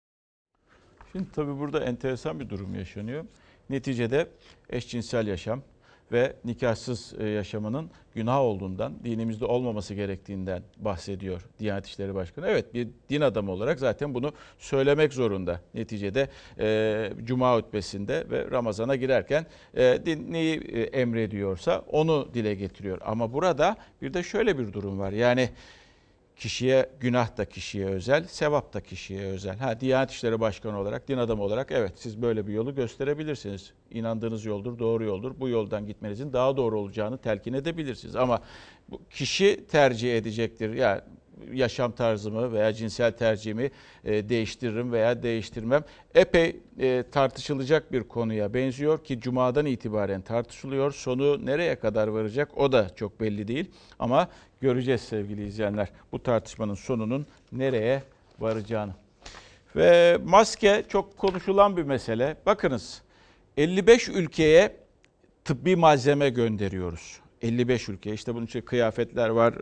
Şimdi tabii burada enteresan bir durum yaşanıyor. Neticede eşcinsel yaşam ve nikahsız yaşamanın günah olduğundan, dinimizde olmaması gerektiğinden bahsediyor Diyanet İşleri Başkanı. Evet, bir din adamı olarak zaten bunu söylemek zorunda. Neticede Cuma hutbesinde ve Ramazan'a girerken din neyi emrediyorsa onu dile getiriyor. Ama burada bir de şöyle bir durum var. Yani kişiye, günah da kişiye özel, sevap da kişiye özel. Diyanet İşleri Başkanı olarak, din adamı olarak evet siz böyle bir yolu gösterebilirsiniz. İnandığınız yoldur, doğru yoldur. Bu yoldan gitmenizin daha doğru olacağını telkin edebilirsiniz. Ama bu kişi tercih edecektir. Yani yaşam tarzımı veya cinsel tercihimi değiştiririm veya değiştirmem. Epey tartışılacak bir konuya benziyor ki Cuma'dan itibaren tartışılıyor. Sonu nereye kadar varacak o da çok belli değil. Ama göreceğiz sevgili izleyenler bu tartışmanın sonunun nereye varacağını. Ve maske çok konuşulan bir mesele. Bakınız 55 ülkeye tıbbi malzeme gönderiyoruz. 55 ülke. İşte bunun için kıyafetler var,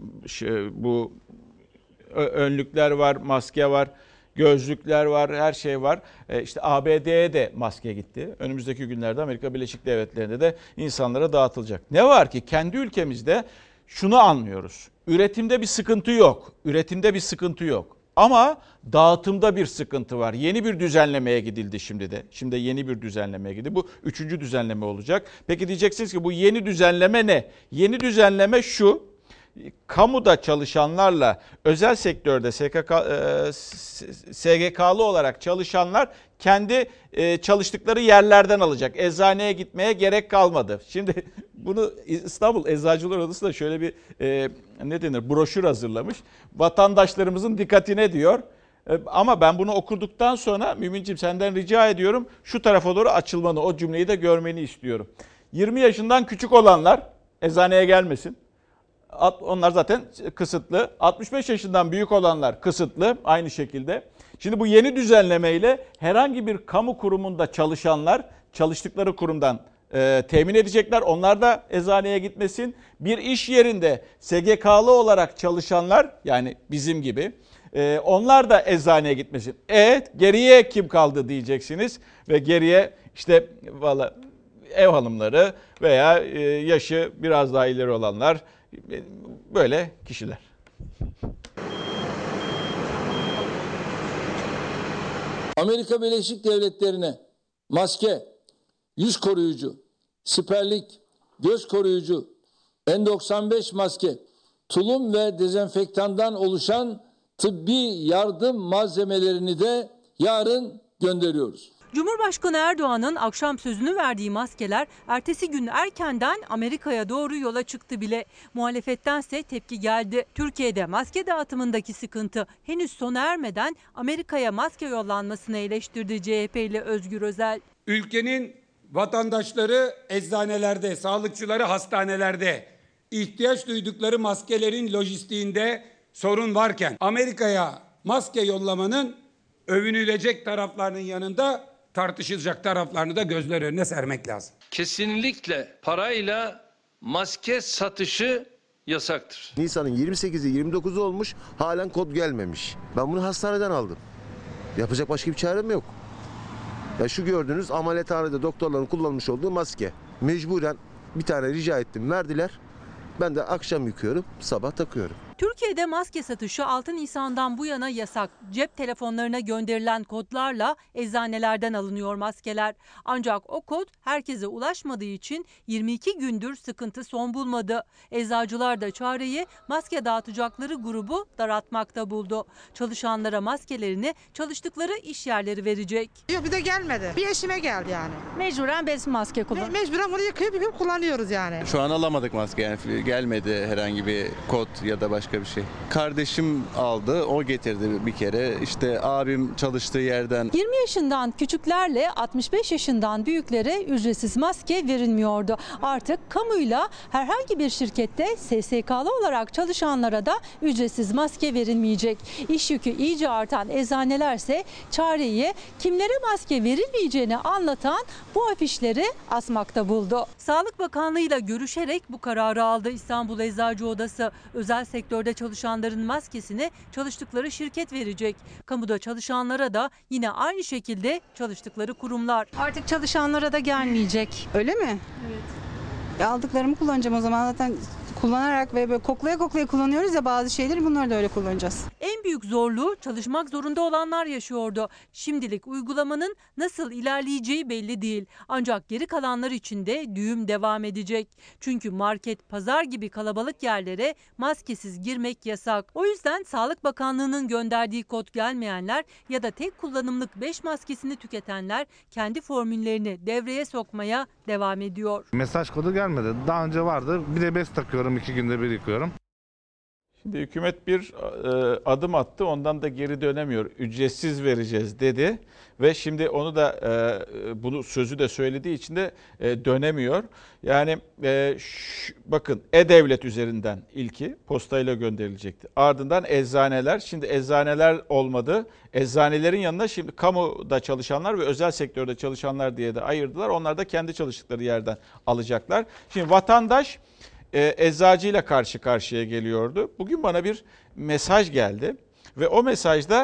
bu önlükler var, maske var, gözlükler var, her şey var. İşte ABD'ye de maske gitti. Önümüzdeki günlerde Amerika Birleşik Devletleri'nde de insanlara dağıtılacak. Ne var ki kendi ülkemizde şunu anlıyoruz. Üretimde bir sıkıntı yok. Üretimde bir sıkıntı yok. Ama dağıtımda bir sıkıntı var. Yeni bir düzenlemeye gidildi şimdi de. Şimdi yeni bir düzenlemeye gidildi. Bu 3. düzenleme olacak. Peki diyeceksiniz ki bu yeni düzenleme ne? Yeni düzenleme şu: kamuda çalışanlarla özel sektörde SGK'lı olarak çalışanlar kendi çalıştıkları yerlerden alacak. Eczaneye gitmeye gerek kalmadı. Şimdi bunu İstanbul Eczacılar Odası da şöyle bir broşür hazırlamış. Vatandaşlarımızın dikkatine diyor. Ama ben bunu okuduktan sonra Müminciğim senden rica ediyorum şu tarafa doğru açılmanı, o cümleyi de görmeni istiyorum. 20 yaşından küçük olanlar eczaneye gelmesin. Onlar zaten kısıtlı. 65 yaşından büyük olanlar kısıtlı aynı şekilde. Şimdi bu yeni düzenlemeyle herhangi bir kamu kurumunda çalışanlar çalıştıkları kurumdan temin edecekler. Onlar da eczaneye gitmesin. Bir iş yerinde SGK'lı olarak çalışanlar, yani bizim gibi, onlar da eczaneye gitmesin. Geriye kim kaldı diyeceksiniz ve geriye işte valla ev hanımları veya yaşı biraz daha ileri olanlar, böyle kişiler. Amerika Birleşik Devletleri'ne maske, yüz koruyucu, siperlik, göz koruyucu, N95 maske, tulum ve dezenfektandan oluşan tıbbi yardım malzemelerini de yarın gönderiyoruz. Cumhurbaşkanı Erdoğan'ın akşam sözünü verdiği maskeler ertesi gün erkenden Amerika'ya doğru yola çıktı bile. Muhalefettense tepki geldi. Türkiye'de maske dağıtımındaki sıkıntı henüz sona ermeden Amerika'ya maske yollanmasını eleştirdi CHP'li Özgür Özel. Ülkenin vatandaşları eczanelerde, sağlıkçıları hastanelerde ihtiyaç duydukları maskelerin lojistiğinde sorun varken Amerika'ya maske yollamanın övünülecek taraflarının yanında tartışılacak taraflarını da gözler önüne sermek lazım. Kesinlikle parayla maske satışı yasaktır. Nisan'ın 28'i 29'u olmuş, halen kod gelmemiş. Ben bunu hastaneden aldım. Yapacak başka bir çarem yok. Ya şu gördüğünüz ameliyathanede doktorların kullanmış olduğu maske. Mecburen bir tane rica ettim, verdiler. Ben de akşam yıkıyorum, sabah takıyorum. Türkiye'de maske satışı 6 Nisan'dan bu yana yasak. Cep telefonlarına gönderilen kodlarla eczanelerden alınıyor maskeler. Ancak o kod herkese ulaşmadığı için 22 gündür sıkıntı son bulmadı. Eczacılar da çareyi maske dağıtacakları grubu daraltmakta buldu. Çalışanlara maskelerini çalıştıkları iş yerleri verecek. Yok, bir de gelmedi. Bir eşime geldi yani. Mecburen bez maske kullan. Mecburen bunu yıkayıp kullanıyoruz yani. Şu an alamadık maske, yani gelmedi herhangi bir kod ya da başka bir şey. Kardeşim aldı, o getirdi bir kere. İşte abim çalıştığı yerden. 20 yaşından küçüklerle 65 yaşından büyüklere ücretsiz maske verilmiyordu. Artık kamuyla herhangi bir şirkette SSK'lı olarak çalışanlara da ücretsiz maske verilmeyecek. İş yükü iyice artan eczanelerse çareyi kimlere maske verilmeyeceğini anlatan bu afişleri asmakta buldu. Sağlık Bakanlığı ile görüşerek bu kararı aldı İstanbul Eczacı Odası. Özel sektörde çalışanların maskesini çalıştıkları şirket verecek. Kamuda çalışanlara da yine aynı şekilde çalıştıkları kurumlar. Artık çalışanlara da gelmeyecek. Öyle mi? Evet. Aldıklarımı kullanacağım o zaman, zaten kullanarak ve böyle koklaya koklaya kullanıyoruz ya bazı şeyleri, bunları da öyle kullanacağız. En büyük zorluğu çalışmak zorunda olanlar yaşıyordu. Şimdilik uygulamanın nasıl ilerleyeceği belli değil. Ancak geri kalanlar için de düğüm devam edecek. Çünkü market, pazar gibi kalabalık yerlere maskesiz girmek yasak. O yüzden Sağlık Bakanlığı'nın gönderdiği kod gelmeyenler ya da tek kullanımlık 5 maskesini tüketenler kendi formüllerini devreye sokmaya devam ediyor. Mesaj kodu gelmedi. Daha önce vardı. Bir de bez takıyorum, 2 günde bir yıkıyorum. Şimdi hükümet bir adım attı, ondan da geri dönemiyor. Ücretsiz vereceğiz dedi ve şimdi onu da bunu sözü de söylediği için de dönemiyor. Yani bakın E-Devlet üzerinden ilki postayla gönderilecekti. Ardından eczaneler, şimdi eczaneler olmadı. Eczanelerin yanına şimdi kamuda çalışanlar ve özel sektörde çalışanlar diye de ayırdılar. Onlar da kendi çalıştıkları yerden alacaklar. Şimdi vatandaş eczacıyla karşı karşıya geliyordu. Bugün bana bir mesaj geldi ve o mesajda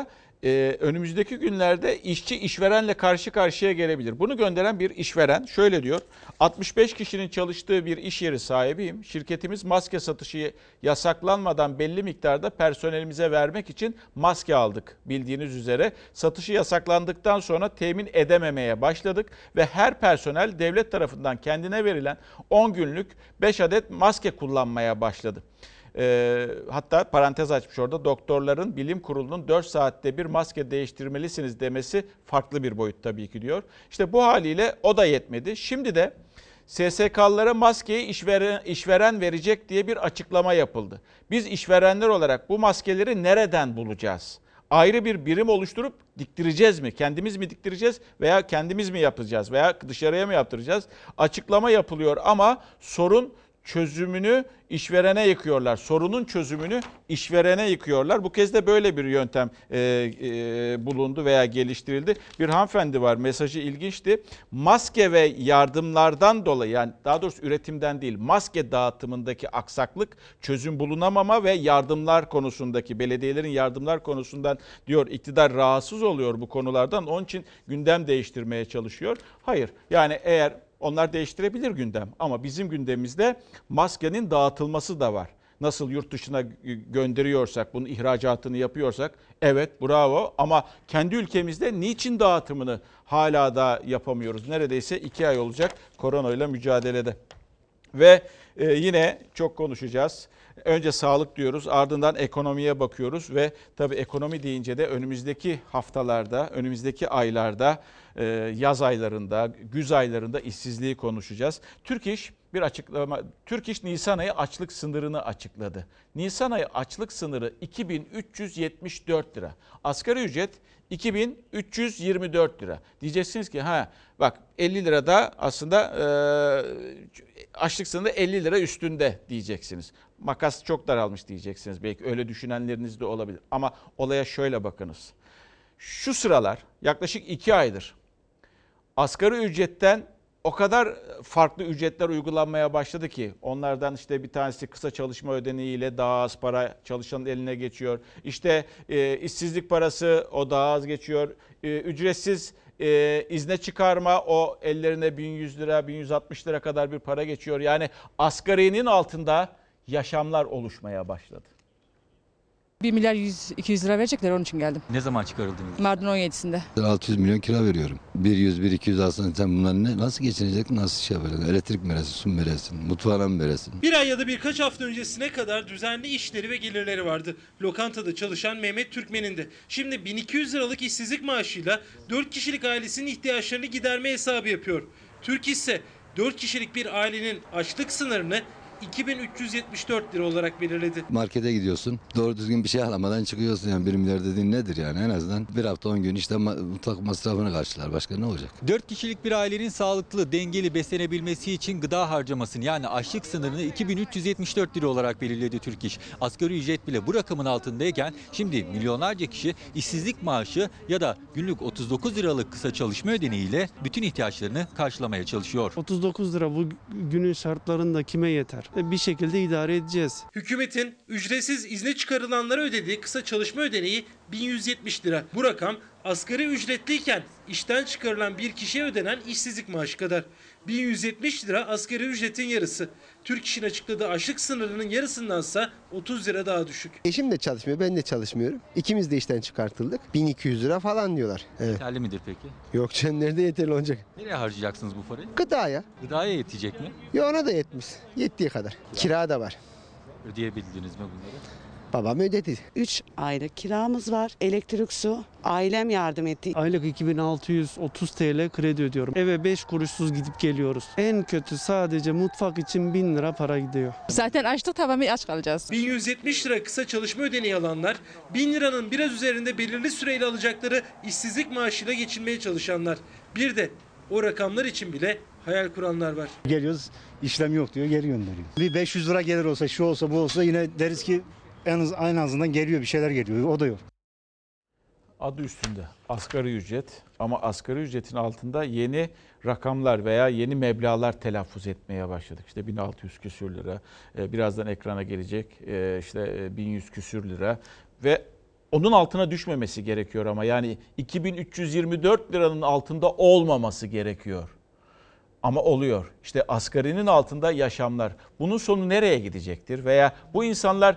önümüzdeki günlerde işçi işverenle karşı karşıya gelebilir. Bunu gönderen bir işveren şöyle diyor. 65 kişinin çalıştığı bir iş yeri sahibiyim. Şirketimiz maske satışı yasaklanmadan belli miktarda personelimize vermek için maske aldık. Bildiğiniz üzere satışı yasaklandıktan sonra temin edememeye başladık ve her personel devlet tarafından kendine verilen 10 günlük 5 adet maske kullanmaya başladı. Hatta parantez açmış orada, doktorların bilim kurulunun 4 saatte bir maske değiştirmelisiniz demesi farklı bir boyut tabii ki diyor. İşte bu haliyle o da yetmedi. Şimdi de SSK'lılara maskeyi işveren verecek diye bir açıklama yapıldı. Biz işverenler olarak bu maskeleri nereden bulacağız? Ayrı bir birim oluşturup diktireceğiz mi? Kendimiz mi diktireceğiz veya kendimiz mi yapacağız veya dışarıya mı yaptıracağız? Açıklama yapılıyor ama sorun çözümünü işverene yıkıyorlar. Sorunun çözümünü işverene yıkıyorlar. Bu kez de böyle bir yöntem bulundu veya geliştirildi. Bir hanımefendi var, mesajı ilginçti. Maske ve yardımlardan dolayı, yani daha doğrusu üretimden değil, maske dağıtımındaki aksaklık, çözüm bulunamama ve yardımlar konusundaki, belediyelerin yardımlar konusundan diyor iktidar rahatsız oluyor bu konulardan. Onun için gündem değiştirmeye çalışıyor. Hayır, yani eğer onlar değiştirebilir gündem ama bizim gündemimizde maskenin dağıtılması da var. Nasıl yurt dışına gönderiyorsak, bunun ihracatını yapıyorsak, evet bravo, ama kendi ülkemizde niçin dağıtımını hala da yapamıyoruz? Neredeyse 2 ay olacak koronayla mücadelede. Ve yine çok konuşacağız. Önce sağlık diyoruz, ardından ekonomiye bakıyoruz ve tabii ekonomi deyince de önümüzdeki haftalarda, önümüzdeki aylarda, yaz aylarında, güz aylarında işsizliği konuşacağız. Türk İş Nisan ayı açlık sınırını açıkladı. Nisan ayı açlık sınırı 2374 lira. Asgari ücret 2324 lira. Diyeceksiniz ki bak 50 lira da aslında açlık sınırı 50 lira üstünde diyeceksiniz. Makas çok daralmış diyeceksiniz. Belki öyle düşünenleriniz de olabilir. Ama olaya şöyle bakınız. Şu sıralar yaklaşık 2 aydır asgari ücretten o kadar farklı ücretler uygulanmaya başladı ki, onlardan işte bir tanesi kısa çalışma ödeneğiyle daha az para çalışanın eline geçiyor. İşte işsizlik parası, o daha az geçiyor. Ücretsiz izne çıkarma, o ellerine 1100 lira, 1160 lira kadar bir para geçiyor. Yani asgarinin altında yaşamlar oluşmaya başladı. 1 milyar 200 lira verecekler, onun için geldim. Ne zaman çıkarıldınız? Mardin 17'sinde. 600 milyon kira veriyorum. 100-200 alsan sen bunlar nasıl geçinecek, nasıl şey yapacaksın? Elektrik mi veresin, su mu veresin, mutfağına mı veresin? Bir ay ya da birkaç hafta öncesine kadar düzenli işleri ve gelirleri vardı. Lokantada çalışan Mehmet Türkmen'in de. Şimdi 1200 liralık işsizlik maaşıyla 4 kişilik ailesinin ihtiyaçlarını giderme hesabı yapıyor. Türk ise 4 kişilik bir ailenin açlık sınırını 2374 lira olarak belirledi. Markete gidiyorsun, doğru düzgün bir şey alamadan çıkıyorsun. Yani 1 milyar dediğin nedir yani? En azından bir hafta 10 gün işte mutfak masrafını karşılar. Başka ne olacak? 4 kişilik bir ailenin sağlıklı, dengeli beslenebilmesi için gıda harcamasını, yani açlık sınırını 2374 lira olarak belirledi Türk İş. Asgari ücret bile bu rakamın altındayken şimdi milyonlarca kişi işsizlik maaşı ya da günlük 39 liralık kısa çalışma ödeneğiyle bütün ihtiyaçlarını karşılamaya çalışıyor. 39 lira bu günün şartlarında kime yeter? Bir şekilde idare edeceğiz. Hükümetin ücretsiz izne çıkarılanlara ödediği kısa çalışma ödeneği 1170 lira. Bu rakam asgari ücretliyken işten çıkarılan bir kişiye ödenen işsizlik maaşı kadar. 1170 lira asgari ücretin yarısı. Türk İş'in açıkladığı açlık sınırının yarısındansa 30 lira daha düşük. Eşim de çalışmıyor, ben de çalışmıyorum. İkimiz de işten çıkartıldık. 1200 lira falan diyorlar. Evet. Yeterli midir peki? Yok canım, nerede yeterli olacak? Nereye harcayacaksınız bu parayı? Gıdaya. Gıdaya yetecek mi? Ya ona da yetmiş. Yettiği kadar. Kira da var. Ödeyebildiniz mi bunları? Babam ödedi. 3 aylık kiramız var. Elektrik, su. Ailem yardım etti. Aylık 2630 TL kredi ödüyorum. Eve 5 kuruşsuz gidip geliyoruz. En kötü sadece mutfak için 1000 lira para gidiyor. Zaten açlık, tamamen aç kalacağız. 1170 lira kısa çalışma ödeneği alanlar, 1000 liranın biraz üzerinde belirli süreyle alacakları işsizlik maaşıyla geçinmeye çalışanlar. Bir de o rakamlar için bile hayal kuranlar var. Geliyoruz, işlem yok diyor, geri gönderiyor. Bir 500 lira gelir olsa, şu olsa, bu olsa yine deriz ki en azından geliyor, bir şeyler geliyor. O da yok. Adı üstünde asgari ücret, ama asgari ücretin altında yeni rakamlar veya yeni meblağlar telaffuz etmeye başladık. İşte 1600 küsür lira, birazdan ekrana gelecek işte 1100 küsür lira ve Onun altına düşmemesi gerekiyor ama yani 2324 liranın altında olmaması gerekiyor. Ama oluyor. İşte asgarinin altında yaşamlar. Bunun sonu nereye gidecektir? Veya bu insanlar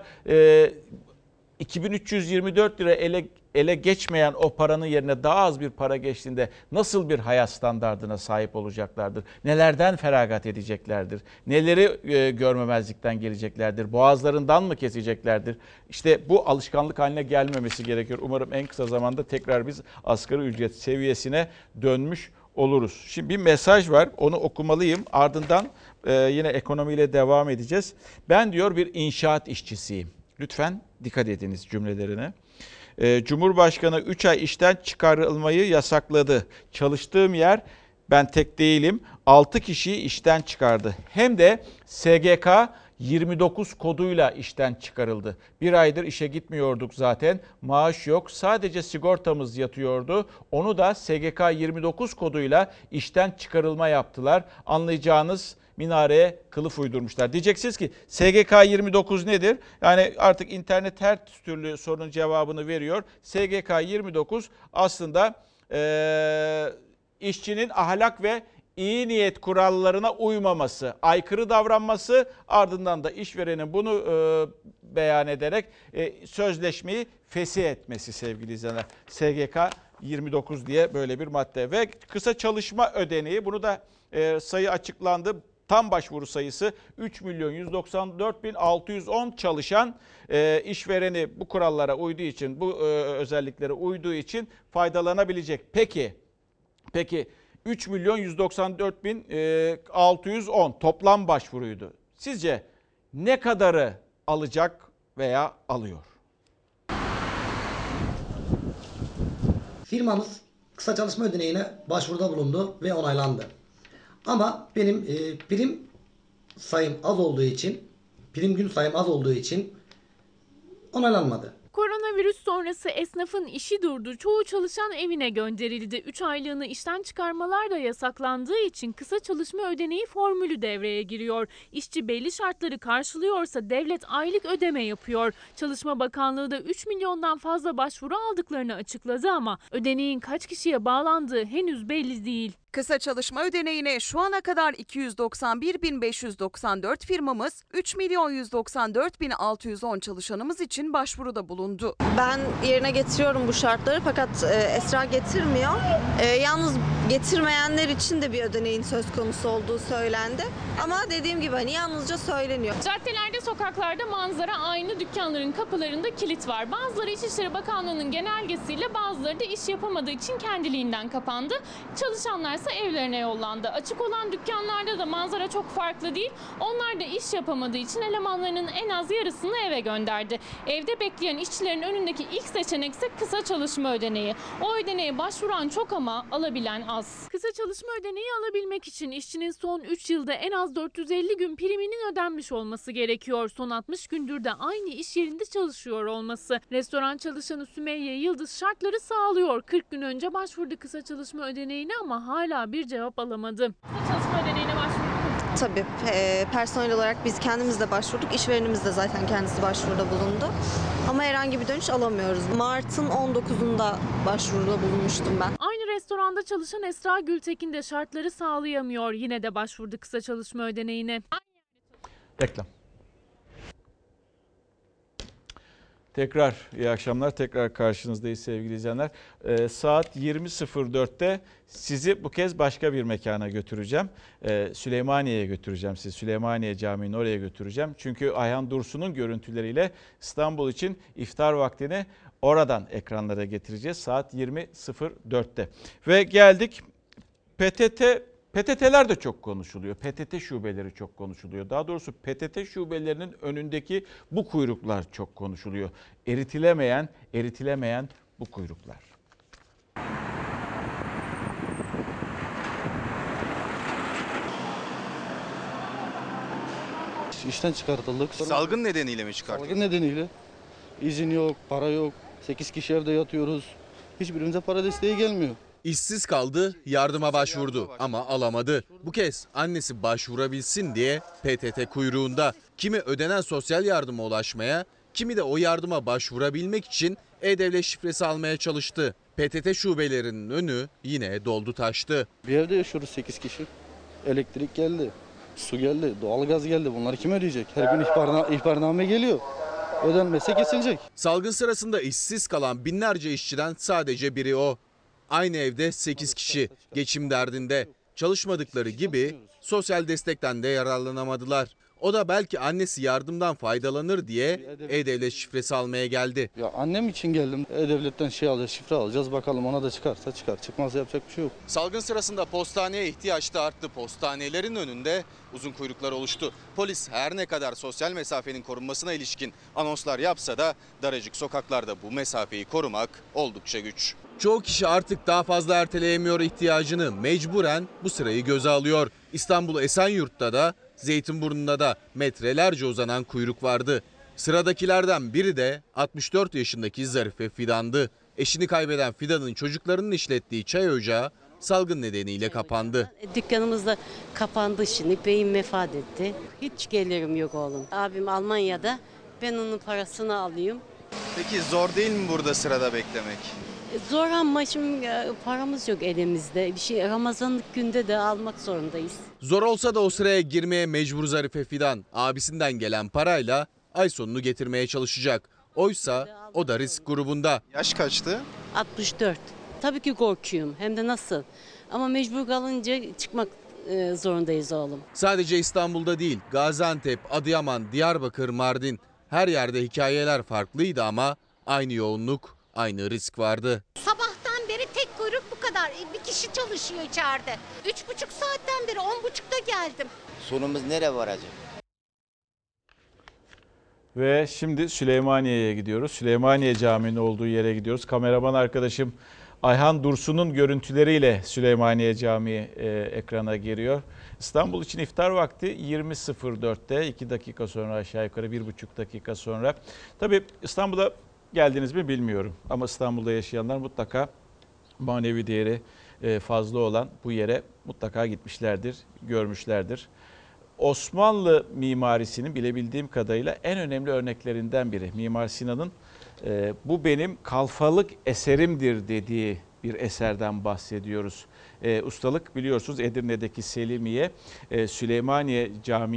2324 lira ele geçmeyen o paranın yerine daha az bir para geçtiğinde nasıl bir hayat standardına sahip olacaklardır? Nelerden feragat edeceklerdir? Neleri görmemezlikten geleceklerdir? Boğazlarından mı keseceklerdir? İşte bu alışkanlık haline gelmemesi gerekiyor. Umarım en kısa zamanda tekrar biz asgari ücret seviyesine dönmüş oluruz. Şimdi bir mesaj var, onu okumalıyım. Ardından yine ekonomiyle devam edeceğiz. Ben diyor bir inşaat işçisiyim. Lütfen dikkat ediniz cümlelerine. Cumhurbaşkanı 3 ay işten çıkarılmayı yasakladı. Çalıştığım yer, ben tek değilim, 6 kişiyi işten çıkardı. Hem de SGK 29 koduyla işten çıkarıldı. Bir aydır işe gitmiyorduk zaten. Maaş yok. Sadece sigortamız yatıyordu. Onu da SGK 29 koduyla işten çıkarılma yaptılar. Anlayacağınız minareye kılıf uydurmuşlar. Diyeceksiniz ki SGK 29 nedir? Yani artık internet her türlü sorunun cevabını veriyor. SGK 29 aslında işçinin ahlak ve iyi niyet kurallarına uymaması, aykırı davranması, ardından da işverenin bunu beyan ederek sözleşmeyi fesih etmesi sevgili izleyenler. SGK 29 diye böyle bir madde ve kısa çalışma ödeneği, bunu da sayı açıklandı. Tam başvuru sayısı 3.194.610 çalışan işvereni bu kurallara uyduğu için, bu özelliklere uyduğu için faydalanabilecek. Peki 3.194.610 toplam başvuruydu. Sizce ne kadarı alacak veya alıyor? Firmamız kısa çalışma ödeneğine başvuruda bulundu ve onaylandı. Ama benim prim sayım az olduğu için, prim gün sayım az olduğu için onaylanmadı. Koronavirüs sonrası esnafın işi durdu. Çoğu çalışan evine gönderildi. 3 aylığını işten çıkarmalar da yasaklandığı için kısa çalışma ödeneği formülü devreye giriyor. İşçi belli şartları karşılıyorsa devlet aylık ödeme yapıyor. Çalışma Bakanlığı da 3 milyondan fazla başvuru aldıklarını açıkladı ama ödeneğin kaç kişiye bağlandığı henüz belli değil. Kısa çalışma ödeneğine şu ana kadar 291.594 firmamız, 3.194.610 çalışanımız için başvuruda bulundu. Ben yerine getiriyorum bu şartları fakat Esra getirmiyor. Yalnız getirmeyenler için de bir ödeneğin söz konusu olduğu söylendi. Ama dediğim gibi hani yalnızca söyleniyor. Caddelerde, sokaklarda manzara aynı, dükkanların kapılarında kilit var. Bazıları İçişleri Bakanlığı'nın genelgesiyle, bazıları da iş yapamadığı için kendiliğinden kapandı. Çalışanlar evlerine yollandı. Açık olan dükkanlarda da manzara çok farklı değil. Onlar da iş yapamadığı için elemanlarının en az yarısını eve gönderdi. Evde bekleyen işçilerin önündeki ilk seçenek ise kısa çalışma ödeneği. O ödeneğe başvuran çok ama alabilen az. Kısa çalışma ödeneği alabilmek için işçinin son 3 yılda en az 450 gün priminin ödenmiş olması gerekiyor. Son 60 gündür de aynı iş yerinde çalışıyor olması. Restoran çalışanı Sümeyye Yıldız şartları sağlıyor. 40 gün önce başvurdu kısa çalışma ödeneğine ama hala bir cevap alamadı. Kısa çalışma ödeneğine başvurduk mu? Tabii personel olarak biz kendimiz de başvurduk. İşverenimiz de zaten kendisi başvuruda bulundu. Ama herhangi bir dönüş alamıyoruz. Mart'ın 19'unda başvuruda bulunmuştum ben. Aynı restoranda çalışan Esra Gültekin de şartları sağlayamıyor. Yine de başvurdu kısa çalışma ödeneğine. Reklam. Tekrar iyi akşamlar. Tekrar karşınızdayız sevgili izleyenler. Saat 20.04'te sizi bu kez başka bir mekana götüreceğim. Süleymaniye'ye götüreceğim sizi. Süleymaniye Camii'nin oraya götüreceğim. Çünkü Ayhan Dursun'un görüntüleriyle İstanbul için iftar vaktini oradan ekranlara getireceğiz. Saat 20.04'te. Ve geldik PTT'ler de çok konuşuluyor. PTT şubeleri çok konuşuluyor. Daha doğrusu PTT şubelerinin önündeki bu kuyruklar çok konuşuluyor. Eritilemeyen bu kuyruklar. İşten çıkartıldık. Salgın nedeniyle mi çıkartıldık? Salgın nedeniyle. İzin yok, para yok. 8 kişi evde yatıyoruz. Hiçbirimize para desteği gelmiyor. İşsiz kaldı, yardıma başvurdu ama alamadı. Bu kez annesi başvurabilsin diye PTT kuyruğunda. Kimi ödenen sosyal yardıma ulaşmaya, Kimi de o yardıma başvurabilmek için e-devlet şifresi almaya çalıştı. PTT şubelerinin önü yine doldu taştı. Bir evde yaşıyoruz 8 kişi. Elektrik geldi, su geldi, doğalgaz geldi. Bunları kim ödeyecek? Her gün ihbarname geliyor. Ödenmese kesilecek. Salgın sırasında işsiz kalan binlerce işçiden sadece biri o. Aynı evde 8 kişi geçim derdinde. Çalışmadıkları gibi sosyal destekten de yararlanamadılar. O da belki annesi yardımdan faydalanır diye e-devlet şifresi almaya geldi. Ya annem için geldim. E-devletten şifre alacağız. Bakalım ona da çıkarsa çıkar. Çıkmazsa yapacak bir şey yok. Salgın sırasında postaneye ihtiyaç da arttı. Postanelerin önünde uzun kuyruklar oluştu. Polis her ne kadar sosyal mesafenin korunmasına ilişkin anonslar yapsa da daracık sokaklarda bu mesafeyi korumak oldukça güç. Çoğu kişi artık daha fazla erteleyemiyor ihtiyacını. Mecburen bu sırayı göze alıyor. İstanbul Esenyurt'ta da Zeytinburnu'nda da metrelerce uzanan kuyruk vardı. Sıradakilerden biri de 64 yaşındaki Zarife Fidan'dı. Eşini kaybeden Fidan'ın çocuklarının işlettiği çay ocağı salgın nedeniyle kapandı. Dükkanımız da kapandı şimdi. Beyim vefat etti. Hiç gelirim yok oğlum. Abim Almanya'da. Ben onun parasını alayım. Peki zor değil mi burada sırada beklemek? Zor ama şimdi paramız yok elimizde. Bir şey Ramazanlık günde de almak zorundayız. Zor olsa da o sıraya girmeye mecbur Zarife Fidan. Abisinden gelen parayla ay sonunu getirmeye çalışacak. Oysa o da risk grubunda. Yaş kaçtı? 64. Tabii ki korkuyorum. Hem de nasıl? Ama mecbur kalınca çıkmak zorundayız oğlum. Sadece İstanbul'da değil, Gaziantep, Adıyaman, Diyarbakır, Mardin her yerde hikayeler farklıydı ama aynı yoğunluk, aynı risk vardı. Sabahtan beri tek kuyruk bu kadar. Bir kişi çalışıyor içeride. 3,5 saatten beri 10.30'da geldim. Sonumuz nereye varacak? Ve şimdi Süleymaniye'ye gidiyoruz. Süleymaniye Camii'nin olduğu yere gidiyoruz. Kameraman arkadaşım Ayhan Dursun'un görüntüleriyle Süleymaniye Camii ekrana giriyor. İstanbul için iftar vakti 20.04'te 2 dakika sonra aşağı yukarı 1,5 dakika sonra. Tabii İstanbul'a geldiniz mi bilmiyorum ama İstanbul'da yaşayanlar mutlaka manevi değeri fazla olan bu yere mutlaka gitmişlerdir, görmüşlerdir. Osmanlı mimarisinin bilebildiğim kadarıyla en önemli örneklerinden biri. Mimar Sinan'ın bu benim kalfalık eserimdir dediği bir eserden bahsediyoruz. Ustalık biliyorsunuz Edirne'deki Selimiye, Süleymaniye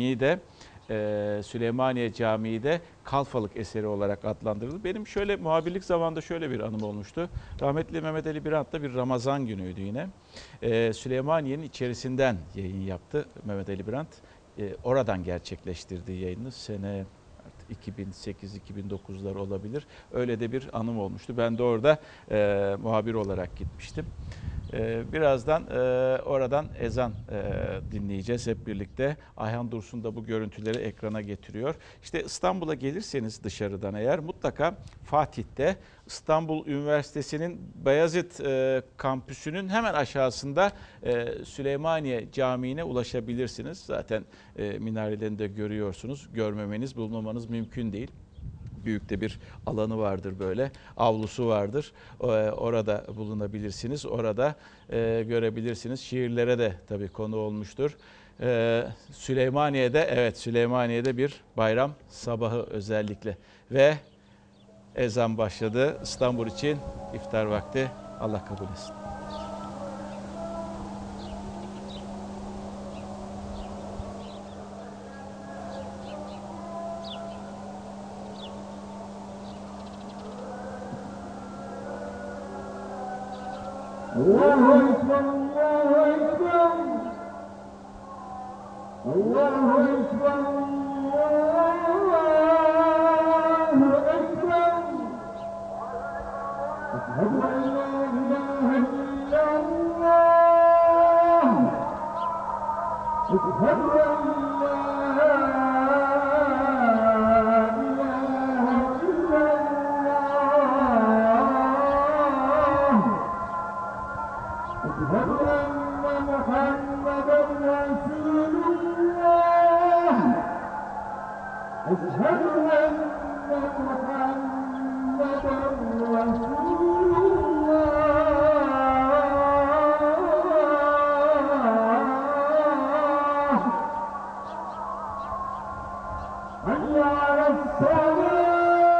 Camii de kalfalık eseri olarak adlandırıldı. Benim şöyle muhabirlik zamanında şöyle bir anım olmuştu. Rahmetli Mehmet Ali Birant'ta bir Ramazan günüydü yine. Süleymaniye'nin içerisinden yayın yaptı Mehmet Ali Birant. Oradan gerçekleştirdiği yayını sene 2008-2009'lar olabilir. Öyle de bir anım olmuştu. Ben de orada muhabir olarak gitmiştim. Birazdan oradan ezan dinleyeceğiz hep birlikte. Ayhan Dursun da bu görüntüleri ekrana getiriyor. İşte İstanbul'a gelirseniz dışarıdan eğer mutlaka Fatih'te İstanbul Üniversitesi'nin Bayezid kampüsünün hemen aşağısında Süleymaniye Camii'ne ulaşabilirsiniz. Zaten minarelerini de görüyorsunuz. Görmemeniz, bulmamanız mümkün değil. Büyük de bir alanı vardır böyle, avlusu vardır. Orada bulunabilirsiniz, orada görebilirsiniz. Şiirlere de tabii konu olmuştur. Süleymaniye'de bir bayram sabahı özellikle. Ve ezan başladı. İstanbul için iftar vakti. Allah kabul etsin. Allahu Ekber, Allahu Ekber. Allahu Ekber, Allahu Ekber. Eşhedü en la ilahe illallah. Eşhedü en la حي على الصلاة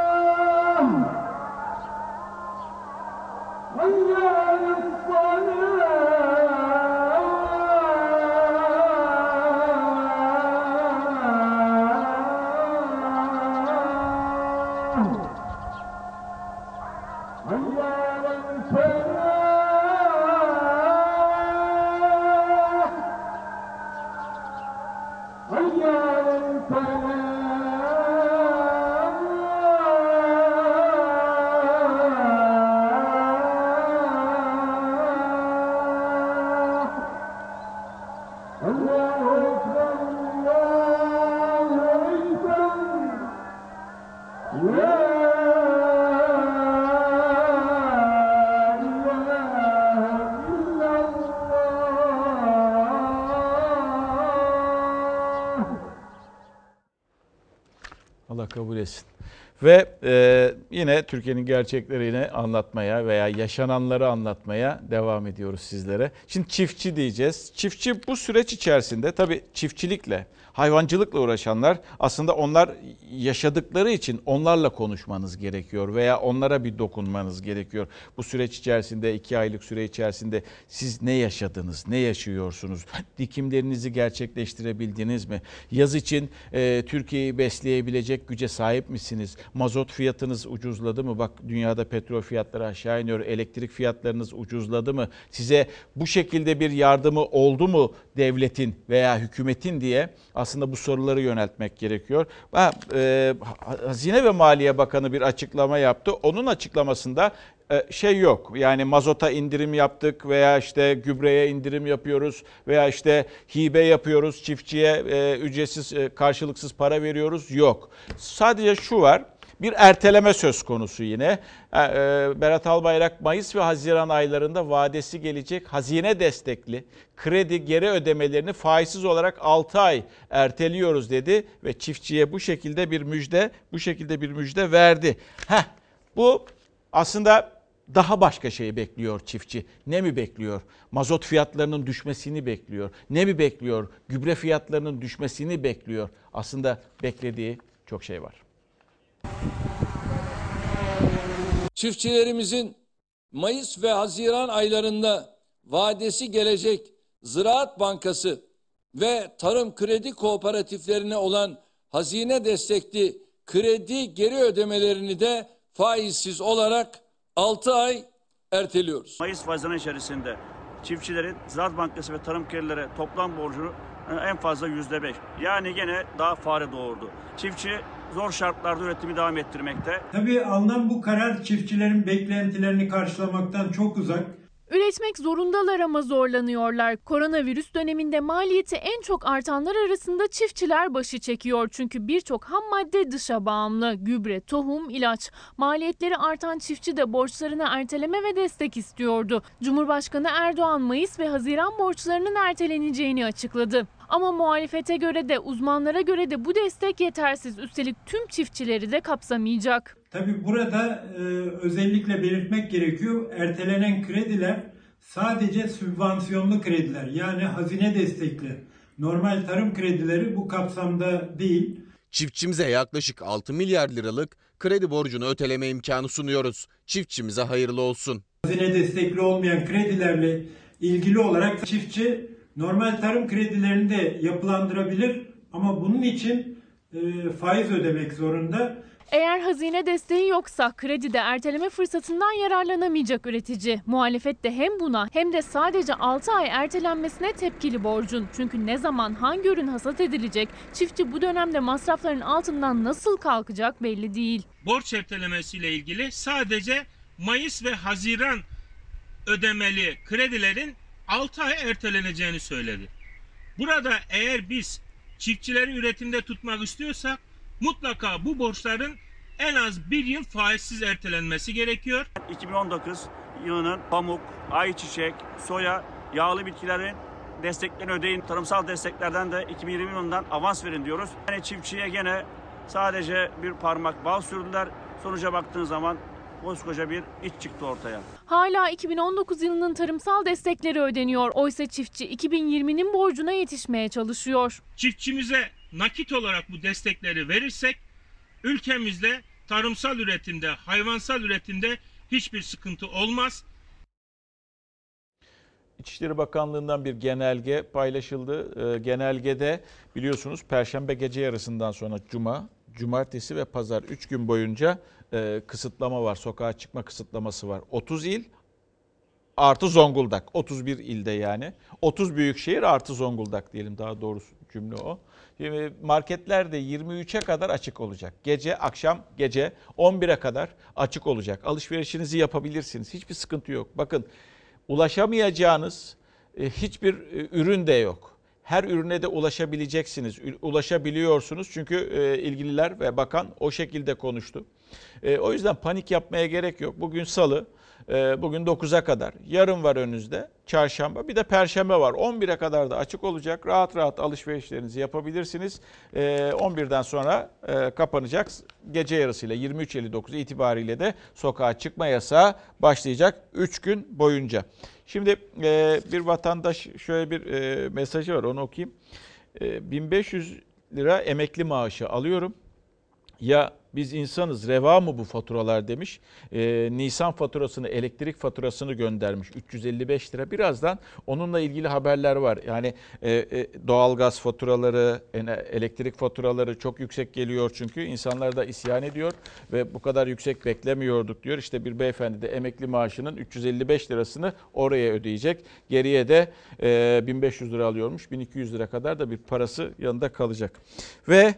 Allah kabul etsin. Ve yine Türkiye'nin gerçeklerini anlatmaya veya yaşananları anlatmaya devam ediyoruz sizlere. Şimdi çiftçi diyeceğiz. Çiftçi bu süreç içerisinde tabii çiftçilikle, hayvancılıkla uğraşanlar aslında onlar yaşadıkları için onlarla konuşmanız gerekiyor veya onlara bir dokunmanız gerekiyor. Bu süreç içerisinde 2 aylık süre içerisinde siz ne yaşadınız, ne yaşıyorsunuz? Dikimlerinizi gerçekleştirebildiniz mi? Yaz için Türkiye'yi besleyebilecek güce sahip misiniz? Mazot fiyatınız ucuzladı mı? Bak dünyada petrol fiyatları aşağı iniyor. Elektrik fiyatlarınız ucuzladı mı? Size bu şekilde bir yardımı oldu mu devletin veya hükümetin diye aslında bu soruları yöneltmek gerekiyor. Hazine ve Maliye Bakanı bir açıklama yaptı. Onun açıklamasında şey yok. Yani mazota indirim yaptık veya işte gübreye indirim yapıyoruz veya işte hibe yapıyoruz, çiftçiye ücretsiz karşılıksız para veriyoruz. Yok. Sadece şu var. Bir erteleme söz konusu yine. Berat Albayrak Mayıs ve Haziran aylarında vadesi gelecek hazine destekli kredi geri ödemelerini faizsiz olarak 6 ay erteliyoruz dedi ve çiftçiye bu şekilde bir müjde verdi. Bu aslında daha başka şey bekliyor çiftçi. Ne mi bekliyor? Mazot fiyatlarının düşmesini bekliyor. Ne mi bekliyor? Gübre fiyatlarının düşmesini bekliyor. Aslında beklediği çok şey var. Çiftçilerimizin Mayıs ve Haziran aylarında vadesi gelecek Ziraat Bankası ve tarım kredi kooperatiflerine olan hazine destekli kredi geri ödemelerini de faizsiz olarak 6 ay erteliyoruz. Mayıs ve Haziran içerisinde çiftçilerin Ziraat Bankası ve tarım kredilere toplam borcunu en fazla %5. Yani gene daha fare doğurdu. Çiftçi zor şartlarda üretimi devam ettirmekte. Tabii alınan bu karar çiftçilerin beklentilerini karşılamaktan çok uzak. Üretmek zorundalar ama zorlanıyorlar. Koronavirüs döneminde maliyeti en çok artanlar arasında çiftçiler başı çekiyor. Çünkü birçok ham madde dışa bağımlı. Gübre, tohum, ilaç. Maliyetleri artan çiftçi de borçlarını erteleme ve destek istiyordu. Cumhurbaşkanı Erdoğan Mayıs ve Haziran borçlarının erteleneceğini açıkladı. Ama muhalefete göre de uzmanlara göre de bu destek yetersiz. Üstelik tüm çiftçileri de kapsamayacak. Tabii burada özellikle belirtmek gerekiyor. Ertelenen krediler sadece sübvansiyonlu krediler, yani hazine destekli. Normal tarım kredileri bu kapsamda değil. Çiftçimize yaklaşık 6 milyar liralık kredi borcunu öteleme imkanı sunuyoruz. Çiftçimize hayırlı olsun. Hazine destekli olmayan kredilerle ilgili olarak çiftçi normal tarım kredilerini de yapılandırabilir ama bunun için faiz ödemek zorunda. Eğer hazine desteği yoksa kredide erteleme fırsatından yararlanamayacak üretici. Muhalefet de hem buna hem de sadece 6 ay ertelenmesine tepkili borcun. Çünkü ne zaman hangi ürün hasat edilecek, çiftçi bu dönemde masrafların altından nasıl kalkacak belli değil. Borç ertelemesiyle ilgili sadece Mayıs ve Haziran ödemeli kredilerin 6 ay erteleneceğini söyledi. Burada eğer biz çiftçileri üretimde tutmak istiyorsak mutlaka bu borçların en az 1 yıl faizsiz ertelenmesi gerekiyor. 2019 yılının pamuk, ayçiçek, soya, yağlı bitkilerin desteklerini ödeyin. Tarımsal desteklerden de 2020 yılından avans verin diyoruz. Yani çiftçiye gene sadece bir parmak bal sürdüler. Sonuca baktığın zaman koskoca bir iç çıktı ortaya. Hala 2019 yılının tarımsal destekleri ödeniyor. Oysa çiftçi 2020'nin borcuna yetişmeye çalışıyor. Çiftçimize nakit olarak bu destekleri verirsek ülkemizde tarımsal üretimde, hayvansal üretimde hiçbir sıkıntı olmaz. İçişleri Bakanlığı'ndan bir genelge paylaşıldı. Genelgede biliyorsunuz Perşembe gece yarısından sonra Cumartesi ve Pazar 3 gün boyunca kısıtlama var. Sokağa çıkma kısıtlaması var. 30 il artı Zonguldak. 31 ilde yani. 30 büyükşehir artı Zonguldak diyelim daha doğrusu. cümle o. Şimdi marketler de 23'e kadar açık olacak. Akşam gece 11'e kadar açık olacak. Alışverişinizi yapabilirsiniz. Hiçbir sıkıntı yok. Bakın, ulaşamayacağınız hiçbir ürün de yok. Her ürüne de ulaşabileceksiniz. Ulaşabiliyorsunuz çünkü ilgililer ve bakan o şekilde konuştu. O yüzden panik yapmaya gerek yok. Bugün Salı, bugün 9'a kadar. Yarın var önünüzde, Çarşamba, bir de Perşembe var. 11'e kadar da açık olacak. Rahat rahat alışverişlerinizi yapabilirsiniz. 11'den sonra kapanacak. Gece yarısıyla 23.59 itibariyle de sokağa çıkma yasağı başlayacak 3 gün boyunca. Şimdi bir vatandaş şöyle bir mesajı var, onu okuyayım. 1500 lira emekli maaşı alıyorum. Ya biz insanız, reva mı bu faturalar demiş. Nisan faturasını, elektrik faturasını göndermiş. 355 lira. Birazdan onunla ilgili haberler var. Yani doğalgaz faturaları, elektrik faturaları çok yüksek geliyor çünkü. İnsanlar da isyan ediyor ve bu kadar yüksek beklemiyorduk diyor. İşte bir beyefendi de emekli maaşının 355 lirasını oraya ödeyecek. Geriye de 1500 lira alıyormuş. 1200 lira kadar da bir parası yanında kalacak. Ve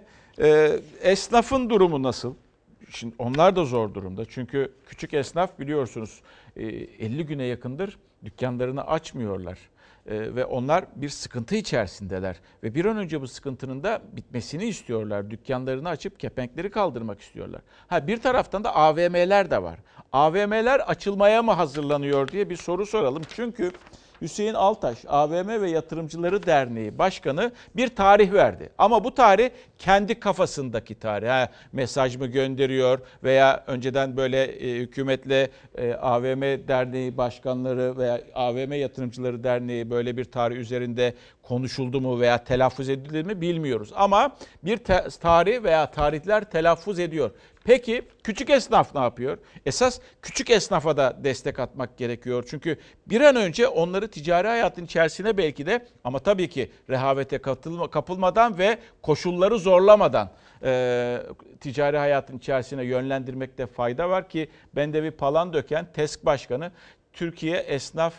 esnafın durumu nasıl? Şimdi onlar da zor durumda. Çünkü küçük esnaf biliyorsunuz 50 güne yakındır dükkanlarını açmıyorlar. Ve onlar bir sıkıntı içerisindeler. Ve bir an önce bu sıkıntının da bitmesini istiyorlar. Dükkanlarını açıp kepenkleri kaldırmak istiyorlar. Bir taraftan da AVM'ler de var. AVM'ler açılmaya mı hazırlanıyor diye bir soru soralım. Çünkü Hüseyin Altaş, AVM ve Yatırımcıları Derneği Başkanı bir tarih verdi. Ama bu tarih kendi kafasındaki tarih. Mesaj mı gönderiyor veya önceden böyle hükümetle AVM Derneği Başkanları veya AVM Yatırımcıları Derneği böyle bir tarih üzerinde konuşuldu mu veya telaffuz edildi mi bilmiyoruz. Ama bir tarih veya tarihler telaffuz ediyor. Peki küçük esnaf ne yapıyor? Esas küçük esnafa da destek atmak gerekiyor. Çünkü bir an önce onları ticari hayatın içerisine belki de, ama tabii ki rehavete kapılmadan ve koşulları zorlamadan ticari hayatın içerisine yönlendirmekte fayda var ki Bendevi Palandöken TESK Başkanı, Türkiye Esnaf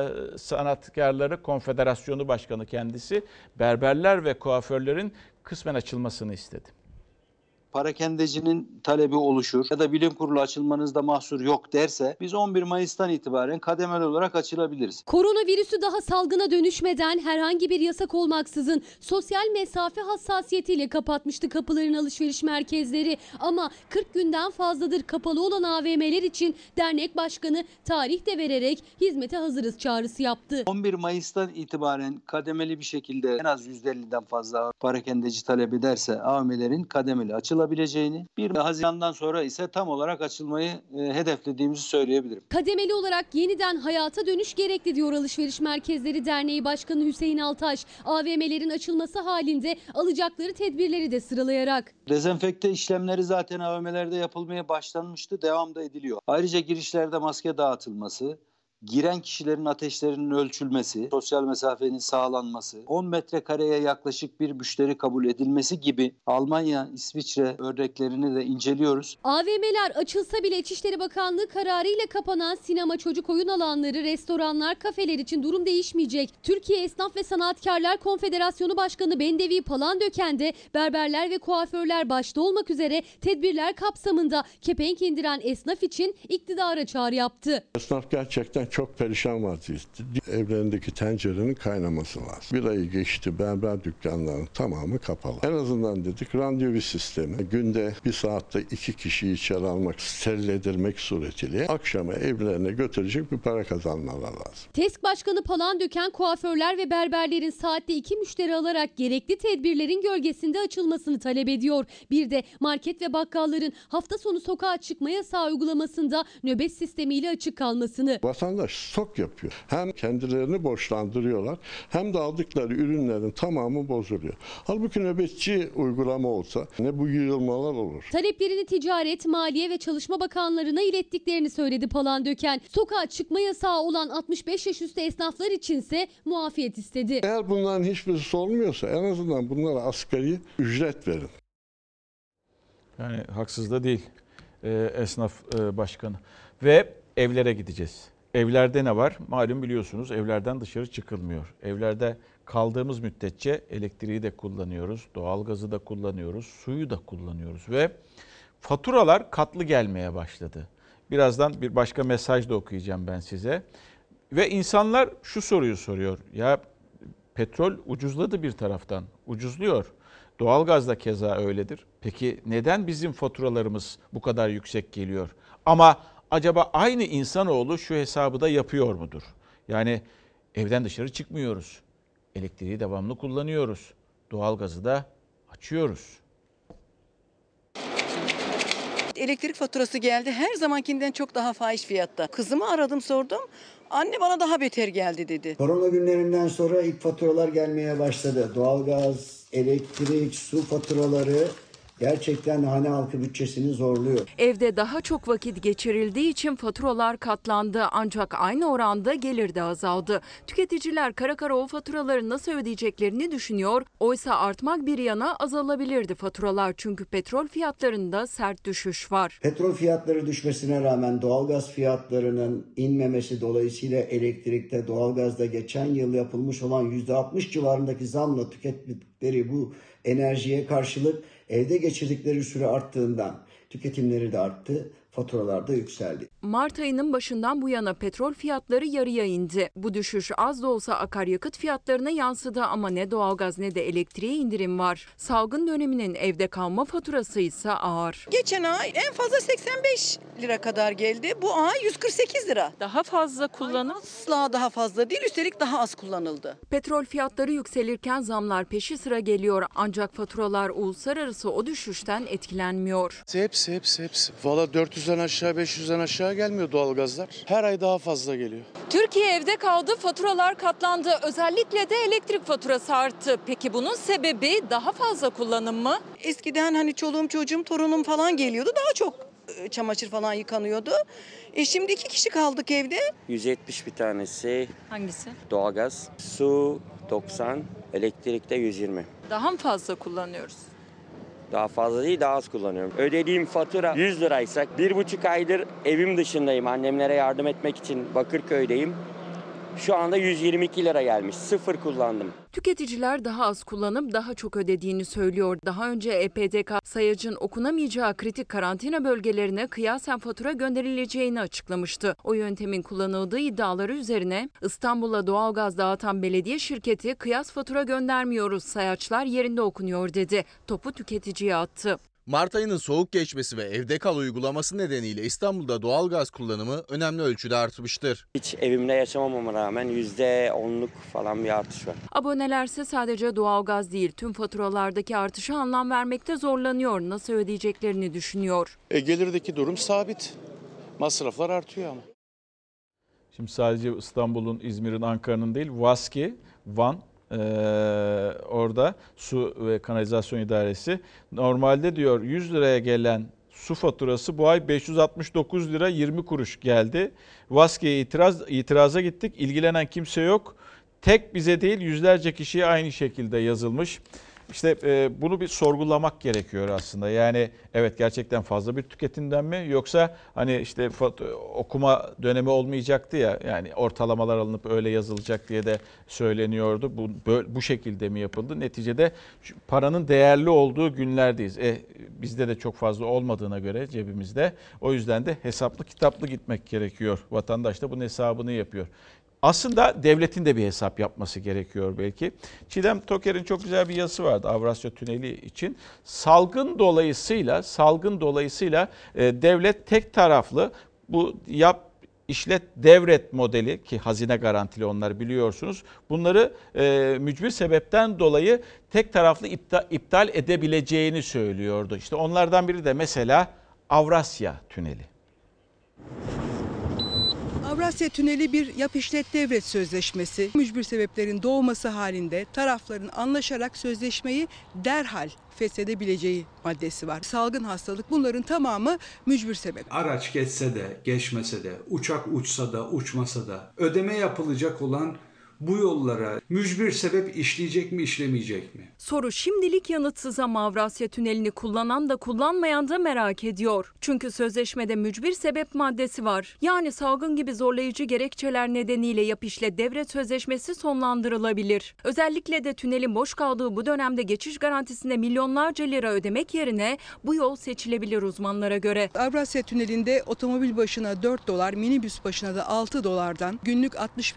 Sanatkarları Konfederasyonu Başkanı kendisi, berberler ve kuaförlerin kısmen açılmasını istedi. Parakendecinin talebi oluşur ya da bilim kurulu açılmanızda mahsur yok derse biz 11 Mayıs'tan itibaren kademeli olarak açılabiliriz. Koronavirüsü daha salgına dönüşmeden herhangi bir yasak olmaksızın sosyal mesafe hassasiyetiyle kapatmıştı kapıların alışveriş merkezleri. Ama 40 günden fazladır kapalı olan AVM'ler için dernek başkanı tarih de vererek hizmete hazırız çağrısı yaptı. 11 Mayıs'tan itibaren kademeli bir şekilde en az %50'den fazla parakendeci talep ederse AVM'lerin kademeli açılabileceğini, 1 Haziran'dan sonra ise tam olarak açılmayı hedeflediğimizi söyleyebilirim. Kademeli olarak yeniden hayata dönüş gerekli diyor Alışveriş Merkezleri Derneği Başkanı Hüseyin Altaş. AVM'lerin açılması halinde alacakları tedbirleri de sıralayarak. Dezenfekte işlemleri zaten AVM'lerde yapılmaya başlanmıştı, devam da ediliyor. Ayrıca girişlerde maske dağıtılması, giren kişilerin ateşlerinin ölçülmesi, sosyal mesafenin sağlanması, 10 metrekareye yaklaşık bir müşteri kabul edilmesi gibi Almanya, İsviçre örneklerini de inceliyoruz. AVM'ler açılsa bile İçişleri Bakanlığı kararıyla kapanan sinema, çocuk oyun alanları, restoranlar, kafeler için durum değişmeyecek. Türkiye Esnaf ve Sanatkarlar Konfederasyonu Başkanı Bendevi Palandöken de berberler ve kuaförler başta olmak üzere tedbirler kapsamında kepenk indiren esnaf için iktidara çağrı yaptı. Esnaf gerçekten çok perişan vaziyette. Evlerindeki tencerenin kaynaması lazım. Bir ayı geçti, berber dükkanlarının tamamı kapalı. En azından dedik randevu sistemi. Günde bir saatte 2 kişiyi içeri almak, steril edilmek suretiyle akşama evlerine götürecek bir para kazanmaları lazım. TESK Başkanı Palandöken kuaförler ve berberlerin saatte 2 müşteri alarak gerekli tedbirlerin gölgesinde açılmasını talep ediyor. Bir de market ve bakkalların hafta sonu sokağa çıkma yasağı uygulamasında nöbet sistemiyle açık kalmasını. Vatandaş stok yapıyor. Hem kendilerini borçlandırıyorlar hem de aldıkları ürünlerin tamamı bozuluyor. Halbuki nöbetçi uygulama olsa ne bu yığılmalar olur. Taleplerini Ticaret, Maliye ve Çalışma Bakanlarına ilettiklerini söyledi Palandöken. Sokağa çıkma yasağı olan 65 yaş üstü esnaflar içinse muafiyet istedi. Eğer bunların hiçbirisi olmuyorsa en azından bunlara asgari ücret verin. Yani haksız da değil esnaf başkanı. Ve evlere gideceğiz. Evlerde ne var? Malum biliyorsunuz evlerden dışarı çıkılmıyor. Evlerde kaldığımız müddetçe elektriği de kullanıyoruz, doğalgazı da kullanıyoruz, suyu da kullanıyoruz ve faturalar katlı gelmeye başladı. Birazdan bir başka mesaj da okuyacağım ben size. Ve insanlar şu soruyu soruyor. Ya petrol ucuzladı bir taraftan, ucuzluyor. Doğalgaz da keza öyledir. Peki neden bizim faturalarımız bu kadar yüksek geliyor? Ama acaba aynı insanoğlu şu hesabı da yapıyor mudur? Yani evden dışarı çıkmıyoruz. Elektriği devamlı kullanıyoruz. Doğalgazı da açıyoruz. Elektrik faturası geldi. Her zamankinden çok daha fahiş fiyatta. Kızımı aradım, sordum. Anne bana daha beter geldi dedi. Korona günlerinden sonra ilk faturalar gelmeye başladı. Doğalgaz, elektrik, su faturaları gerçekten hane halkı bütçesini zorluyor. Evde daha çok vakit geçirildiği için faturalar katlandı ancak aynı oranda gelir de azaldı. Tüketiciler kara kara o faturaları nasıl ödeyeceklerini düşünüyor. Oysa artmak bir yana azalabilirdi faturalar çünkü petrol fiyatlarında sert düşüş var. Petrol fiyatları düşmesine rağmen doğalgaz fiyatlarının inmemesi dolayısıyla elektrikte, doğalgazda geçen yıl yapılmış olan %60 civarındaki zamla tükettikleri bu enerjiye karşılık evde geçirdikleri süre arttığından tüketimleri de arttı, faturalar da yükseldi. Mart ayının başından bu yana petrol fiyatları yarıya indi. Bu düşüş az da olsa akaryakıt fiyatlarına yansıdı ama ne doğalgaz ne de elektriğe indirim var. Salgın döneminin evde kalma faturası ise ağır. Geçen ay en fazla 85 lira kadar geldi. Bu ay 148 lira. Daha fazla kullanım? Asla daha fazla değil, üstelik daha az kullanıldı. Petrol fiyatları yükselirken zamlar peşi sıra geliyor ancak faturalar uluslararası o düşüşten etkilenmiyor. Hepsi. Valla 400'den aşağı 500'den aşağı gelmiyor doğalgazlar. Her ay daha fazla geliyor. Türkiye evde kaldı, faturalar katlandı. Özellikle de elektrik faturası arttı. Peki bunun sebebi daha fazla kullanım mı? Eskiden hani çoluğum çocuğum torunum falan geliyordu, daha çok çamaşır falan yıkanıyordu. Şimdi 2 kişi kaldık evde. 170 bir tanesi. Hangisi? Doğalgaz. Su 90, elektrikte 120. Daha mı fazla kullanıyoruz? Daha fazla değil, daha az kullanıyorum. Ödediğim fatura 100 liraysa 1,5 aydır evim dışındayım. Annemlere yardım etmek için Bakırköy'deyim. Şu anda 122 lira gelmiş. 0 kullandım. Tüketiciler daha az kullanıp daha çok ödediğini söylüyor. Daha önce EPDK sayacın okunamayacağı kritik karantina bölgelerine kıyasen fatura gönderileceğini açıklamıştı. O yöntemin kullanıldığı iddiaları üzerine İstanbul'a doğalgaz dağıtan belediye şirketi kıyas fatura göndermiyoruz, sayaçlar yerinde okunuyor dedi. Topu tüketiciye attı. Mart ayının soğuk geçmesi ve evde kal uygulaması nedeniyle İstanbul'da doğalgaz kullanımı önemli ölçüde artmıştır. Hiç evimde yaşamamama rağmen %10'luk falan bir artış var. Abonelerse sadece doğalgaz değil tüm faturalardaki artışa anlam vermekte zorlanıyor. Nasıl ödeyeceklerini düşünüyor. Gelirdeki durum sabit. Masraflar artıyor ama. Şimdi sadece İstanbul'un, İzmir'in, Ankara'nın değil, Van, orada Su ve Kanalizasyon İdaresi normalde diyor 100 liraya gelen su faturası bu ay 569 lira 20 kuruş geldi. VASK'ye itiraza gittik. İlgilenen kimse yok. Tek bize değil yüzlerce kişiye aynı şekilde yazılmış. İşte bunu bir sorgulamak gerekiyor aslında. Yani evet gerçekten fazla bir tüketimden mi yoksa hani işte okuma dönemi olmayacaktı ya yani ortalamalar alınıp öyle yazılacak diye de söyleniyordu. Bu şekilde mi yapıldı? Neticede paranın değerli olduğu günlerdeyiz. Bizde de çok fazla olmadığına göre cebimizde. O yüzden de hesaplı kitaplı gitmek gerekiyor. Vatandaş da bunun hesabını yapıyor. Aslında devletin de bir hesap yapması gerekiyor belki. Çiğdem Toker'in çok güzel bir yazısı vardı Avrasya Tüneli için. Salgın dolayısıyla devlet tek taraflı bu işlet devret modeli ki hazine garantili onlar biliyorsunuz. Bunları mücbir sebepten dolayı tek taraflı iptal edebileceğini söylüyordu. İşte onlardan biri de mesela Avrasya Tüneli. Avrasya Tüneli bir yap işlet devret sözleşmesi. Mücbir sebeplerin doğması halinde tarafların anlaşarak sözleşmeyi derhal feshedebileceği maddesi var. Salgın hastalık bunların tamamı mücbir sebep. Araç geçse de geçmese de, uçak uçsa da uçmasa da ödeme yapılacak olan bu yollara mücbir sebep işleyecek mi, işlemeyecek mi? Soru şimdilik yanıtsız ama Avrasya Tüneli'ni kullanan da kullanmayan da merak ediyor. Çünkü sözleşmede mücbir sebep maddesi var. Yani salgın gibi zorlayıcı gerekçeler nedeniyle yap işlet devret sözleşmesi sonlandırılabilir. Özellikle de tünelin boş kaldığı bu dönemde geçiş garantisine milyonlarca lira ödemek yerine bu yol seçilebilir uzmanlara göre. Avrasya Tüneli'nde otomobil başına 4 dolar, minibüs başına da 6 dolardan günlük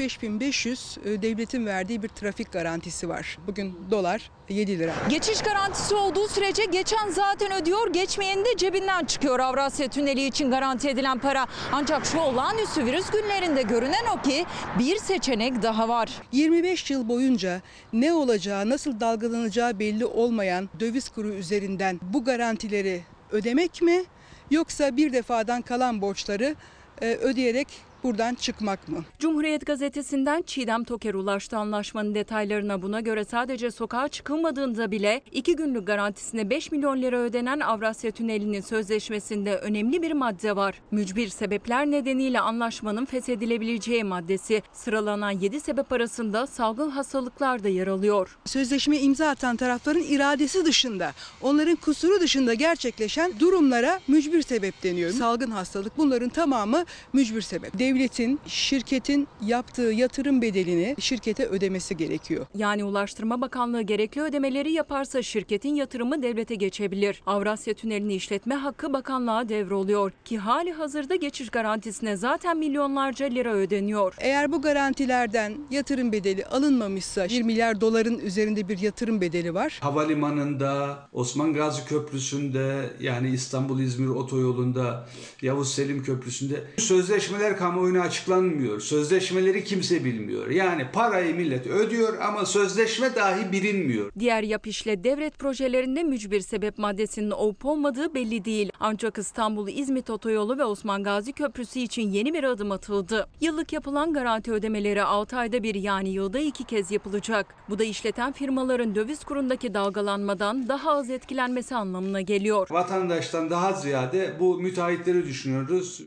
65.500 devletin verdiği bir trafik garantisi var. Bugün dolar 7 lira. Geçiş garantisi olduğu sürece geçen zaten ödüyor, geçmeyen de cebinden çıkıyor Avrasya Tüneli için garanti edilen para. Ancak şu olağanüstü virüs günlerinde görünen o ki bir seçenek daha var. 25 yıl boyunca ne olacağı, nasıl dalgalanacağı belli olmayan döviz kuru üzerinden bu garantileri ödemek mi? Yoksa bir defadan kalan borçları ödeyerek buradan çıkmak mı? Cumhuriyet Gazetesi'nden Çiğdem Toker ulaştı anlaşmanın detaylarına. Buna göre sadece sokağa çıkılmadığında bile 2 günlük garantisine 5 milyon lira ödenen Avrasya Tüneli'nin sözleşmesinde önemli bir madde var. Mücbir sebepler nedeniyle anlaşmanın feshedilebileceği maddesi. Sıralanan 7 sebep arasında salgın hastalıklar da yer alıyor. Sözleşmeye imza atan tarafların iradesi dışında, onların kusuru dışında gerçekleşen durumlara mücbir sebep deniyor. Salgın hastalık, bunların tamamı mücbir sebep. Devletin, şirketin yaptığı yatırım bedelini şirkete ödemesi gerekiyor. Yani Ulaştırma Bakanlığı gerekli ödemeleri yaparsa şirketin yatırımı devlete geçebilir. Avrasya Tüneli'ni işletme hakkı bakanlığa devroluyor ki hali hazırda geçiş garantisine zaten milyonlarca lira ödeniyor. Eğer bu garantilerden yatırım bedeli alınmamışsa 1 milyar doların üzerinde bir yatırım bedeli var. Havalimanında, Osman Gazi Köprüsü'nde, yani İstanbul-İzmir otoyolunda, Yavuz Selim Köprüsü'nde sözleşmeler kamuoyuna açıklanmıyor. Sözleşmeleri kimse bilmiyor. Yani parayı millet ödüyor ama sözleşme dahi bilinmiyor. Diğer yap işlet devret projelerinde mücbir sebep maddesinin olup olmadığı belli değil. Ancak İstanbul-İzmit otoyolu ve Osman Gazi Köprüsü için yeni bir adım atıldı. Yıllık yapılan garanti ödemeleri 6 ayda bir, yani yılda 2 kez yapılacak. Bu da işleten firmaların döviz kurundaki dalgalanmadan daha az etkilenmesi anlamına geliyor. Vatandaştan daha ziyade bu müteahhitleri düşünüyoruz.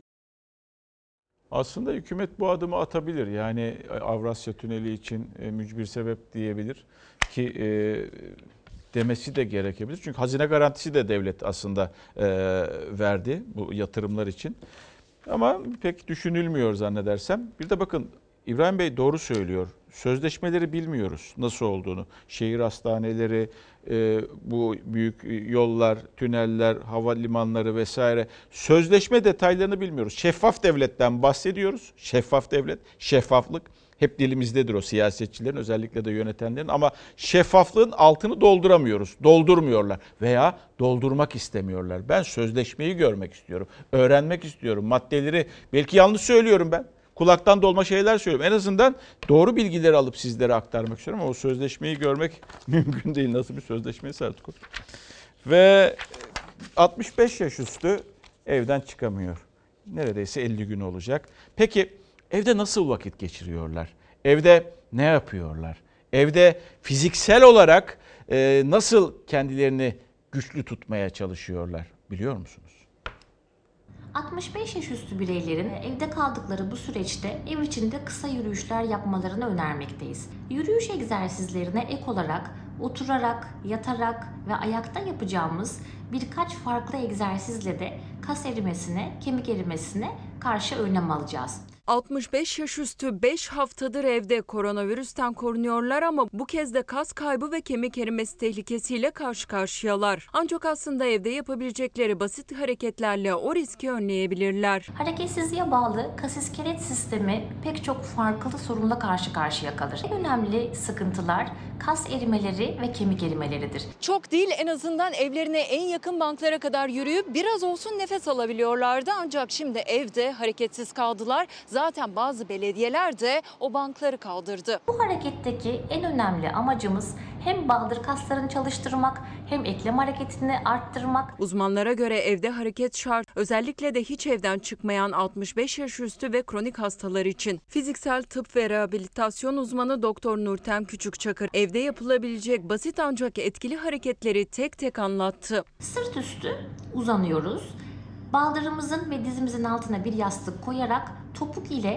Aslında hükümet bu adımı atabilir. Yani Avrasya Tüneli için mücbir sebep diyebilir ki demesi de gerekebilir. Çünkü hazine garantisi de devlet aslında verdi bu yatırımlar için. Ama pek düşünülmüyor zannedersem. Bir de bakın, İbrahim Bey doğru söylüyor. Sözleşmeleri bilmiyoruz nasıl olduğunu. Şehir hastaneleri, bu büyük yollar, tüneller, havalimanları vesaire. Sözleşme detaylarını bilmiyoruz. Şeffaf devletten bahsediyoruz. Şeffaf devlet, şeffaflık hep dilimizdedir o siyasetçilerin, özellikle de yönetenlerin, ama şeffaflığın altını dolduramıyoruz. Doldurmuyorlar veya doldurmak istemiyorlar. Ben sözleşmeyi görmek istiyorum. Öğrenmek istiyorum. Maddeleri belki yanlış söylüyorum ben. Kulaktan dolma şeyler söylüyorum. En azından doğru bilgileri alıp sizlere aktarmak istiyorum ama o sözleşmeyi görmek mümkün değil. Nasıl bir sözleşmeyse artık o. Ve 65 yaş üstü evden çıkamıyor. Neredeyse 50 gün olacak. Peki evde nasıl vakit geçiriyorlar? Evde ne yapıyorlar? Evde fiziksel olarak nasıl kendilerini güçlü tutmaya çalışıyorlar? Biliyor musunuz? 65 yaş üstü bireylerin evde kaldıkları bu süreçte ev içinde kısa yürüyüşler yapmalarını önermekteyiz. Yürüyüş egzersizlerine ek olarak oturarak, yatarak ve ayakta yapacağımız birkaç farklı egzersizle de kas erimesine, kemik erimesine karşı önlem alacağız. 65 yaş üstü 5 haftadır evde koronavirüsten korunuyorlar ama bu kez de kas kaybı ve kemik erimesi tehlikesiyle karşı karşıyalar. Ancak aslında evde yapabilecekleri basit hareketlerle o riski önleyebilirler. Hareketsizliğe bağlı kas iskelet sistemi pek çok farklı sorunla karşı karşıya kalır. En önemli sıkıntılar kas erimeleri ve kemik erimeleridir. Çok değil, en azından evlerine en yakın banklara kadar yürüyüp biraz olsun nefes alabiliyorlardı. Ancak şimdi evde hareketsiz kaldılar. Zaten bazı belediyeler de o bankları kaldırdı. Bu hareketteki en önemli amacımız hem baldır kaslarını çalıştırmak hem eklem hareketini arttırmak. Uzmanlara göre evde hareket şart. Özellikle de hiç evden çıkmayan 65 yaş üstü ve kronik hastalar için. Fiziksel tıp ve rehabilitasyon uzmanı Doktor Nurten Küçükçakır evde yapılabilecek basit ancak etkili hareketleri tek tek anlattı. Sırt üstü uzanıyoruz. Baldırımızın ve dizimizin altına bir yastık koyarak topuk ile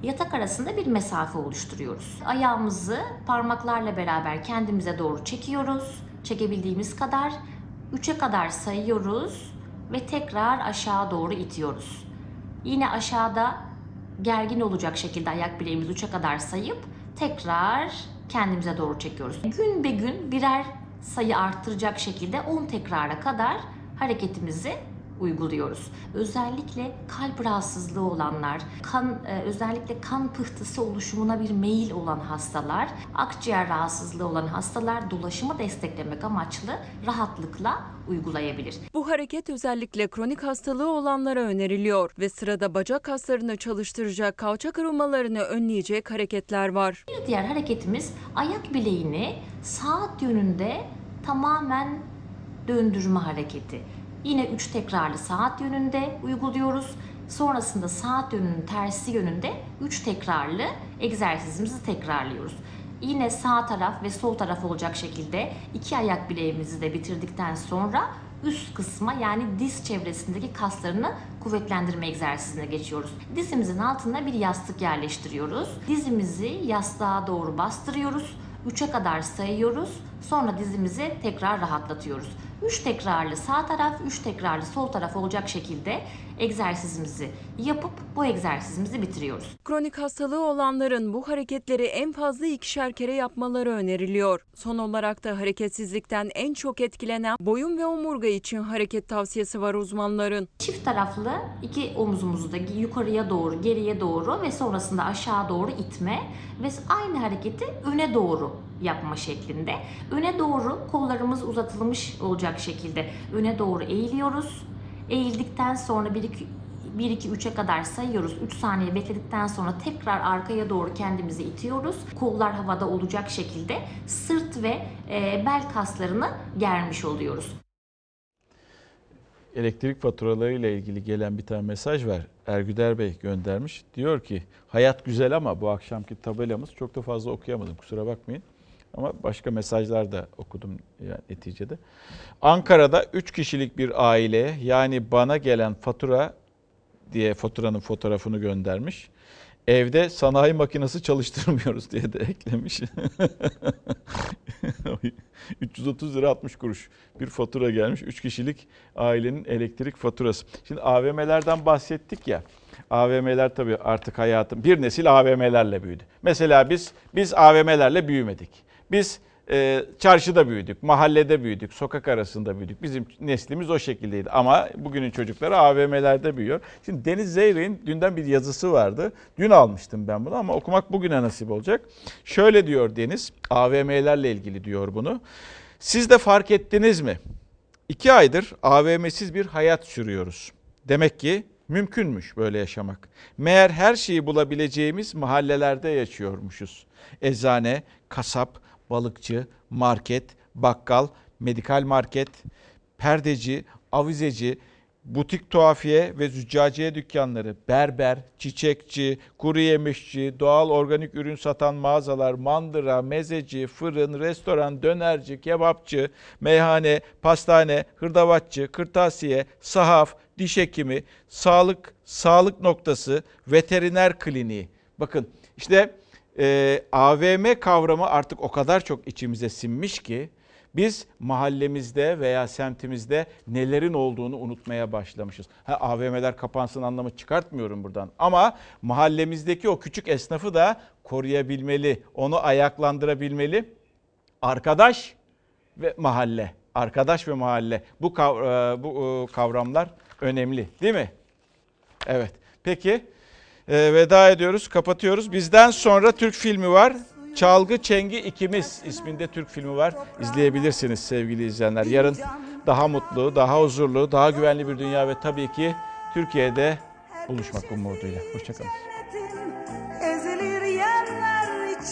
yatak arasında bir mesafe oluşturuyoruz. Ayağımızı parmaklarla beraber kendimize doğru çekiyoruz. Çekebildiğimiz kadar 3'e kadar sayıyoruz ve tekrar aşağı doğru itiyoruz. Yine aşağıda gergin olacak şekilde ayak bileğimizi 3'e kadar sayıp tekrar kendimize doğru çekiyoruz. Gün be gün birer sayı arttıracak şekilde 10 tekrara kadar hareketimizi uyguluyoruz. Özellikle kalp rahatsızlığı olanlar, özellikle kan pıhtısı oluşumuna bir meyil olan hastalar, akciğer rahatsızlığı olan hastalar dolaşımı desteklemek amaçlı rahatlıkla uygulayabilir. Bu hareket özellikle kronik hastalığı olanlara öneriliyor ve sırada bacak kaslarını çalıştıracak, kalça kırılmalarını önleyecek hareketler var. Bir diğer hareketimiz ayak bileğini saat yönünde tamamen döndürme hareketi. Yine 3 tekrarlı saat yönünde uyguluyoruz. Sonrasında saat yönünün tersi yönünde 3 tekrarlı egzersizimizi tekrarlıyoruz. Yine sağ taraf ve sol taraf olacak şekilde 2 ayak bileğimizi de bitirdikten sonra üst kısma yani diz çevresindeki kaslarını kuvvetlendirme egzersizine geçiyoruz. Dizimizin altına bir yastık yerleştiriyoruz. Dizimizi yastığa doğru bastırıyoruz. 3'e kadar sayıyoruz. Sonra dizimizi tekrar rahatlatıyoruz. 3 tekrarlı sağ taraf, 3 tekrarlı sol taraf olacak şekilde egzersizimizi yapıp bu egzersizimizi bitiriyoruz. Kronik hastalığı olanların bu hareketleri en fazla 2'şer kere yapmaları öneriliyor. Son olarak da hareketsizlikten en çok etkilenen boyun ve omurga için hareket tavsiyesi var uzmanların. Çift taraflı 2 omuzumuzu da yukarıya doğru, geriye doğru ve sonrasında aşağı doğru itme ve aynı hareketi öne doğru yapma şeklinde. Öne doğru kollarımız uzatılmış olacak şekilde öne doğru eğiliyoruz. Eğildikten sonra 1-2-3'e kadar sayıyoruz. 3 saniye bekledikten sonra tekrar arkaya doğru kendimizi itiyoruz. Kollar havada olacak şekilde sırt ve bel kaslarını germiş oluyoruz. Elektrik faturalarıyla ilgili gelen bir tane mesaj var. Ergüder Bey göndermiş. Diyor ki hayat güzel ama bu akşamki tabelamız çok da fazla okuyamadım. Kusura bakmayın. Ama başka mesajlar da okudum yani neticede. Ankara'da 3 kişilik bir aileye yani bana gelen fatura diye faturanın fotoğrafını göndermiş. Evde sanayi makinesi çalıştırmıyoruz diye de eklemiş. 330 lira 60 kuruş bir fatura gelmiş. 3 kişilik ailenin elektrik faturası. Şimdi AVM'lerden bahsettik ya. AVM'ler tabii artık hayatım bir nesil AVM'lerle büyüdü. Mesela biz AVM'lerle büyümedik. Biz çarşıda büyüdük, mahallede büyüdük, sokak arasında büyüdük. Bizim neslimiz o şekildeydi ama bugünün çocukları AVM'lerde büyüyor. Şimdi Deniz Zeyrek'in dünden bir yazısı vardı. Dün almıştım ben bunu ama okumak bugüne nasip olacak. Şöyle diyor Deniz, AVM'lerle ilgili diyor bunu. Siz de fark ettiniz mi? 2 aydır AVM'siz bir hayat sürüyoruz. Demek ki mümkünmüş böyle yaşamak. Meğer her şeyi bulabileceğimiz mahallelerde yaşıyormuşuz. Eczane, kasap, balıkçı, market, bakkal, medikal market, perdeci, avizeci, butik tuhafiye ve züccaciye dükkanları, berber, çiçekçi, kuru yemişçi, doğal organik ürün satan mağazalar, mandıra, mezeci, fırın, restoran, dönerci, kebapçı, meyhane, pastane, hırdavatçı, kırtasiye, sahaf, diş hekimi, sağlık noktası, veteriner kliniği. Bakın işte AVM kavramı artık o kadar çok içimize sinmiş ki biz mahallemizde veya semtimizde nelerin olduğunu unutmaya başlamışız. AVM'ler kapansın anlamı çıkartmıyorum buradan ama mahallemizdeki o küçük esnafı da koruyabilmeli, onu ayaklandırabilmeli. Arkadaş ve mahalle, arkadaş ve mahalle bu kavramlar önemli değil mi? Evet. Peki. Veda ediyoruz, kapatıyoruz. Bizden sonra Türk filmi var. Çalgı Çengi İkimiz isminde Türk filmi var. İzleyebilirsiniz sevgili izleyenler. Yarın daha mutlu, daha huzurlu, daha güvenli bir dünya ve tabii ki Türkiye'de buluşmak umuduyla. Hoşçakalın.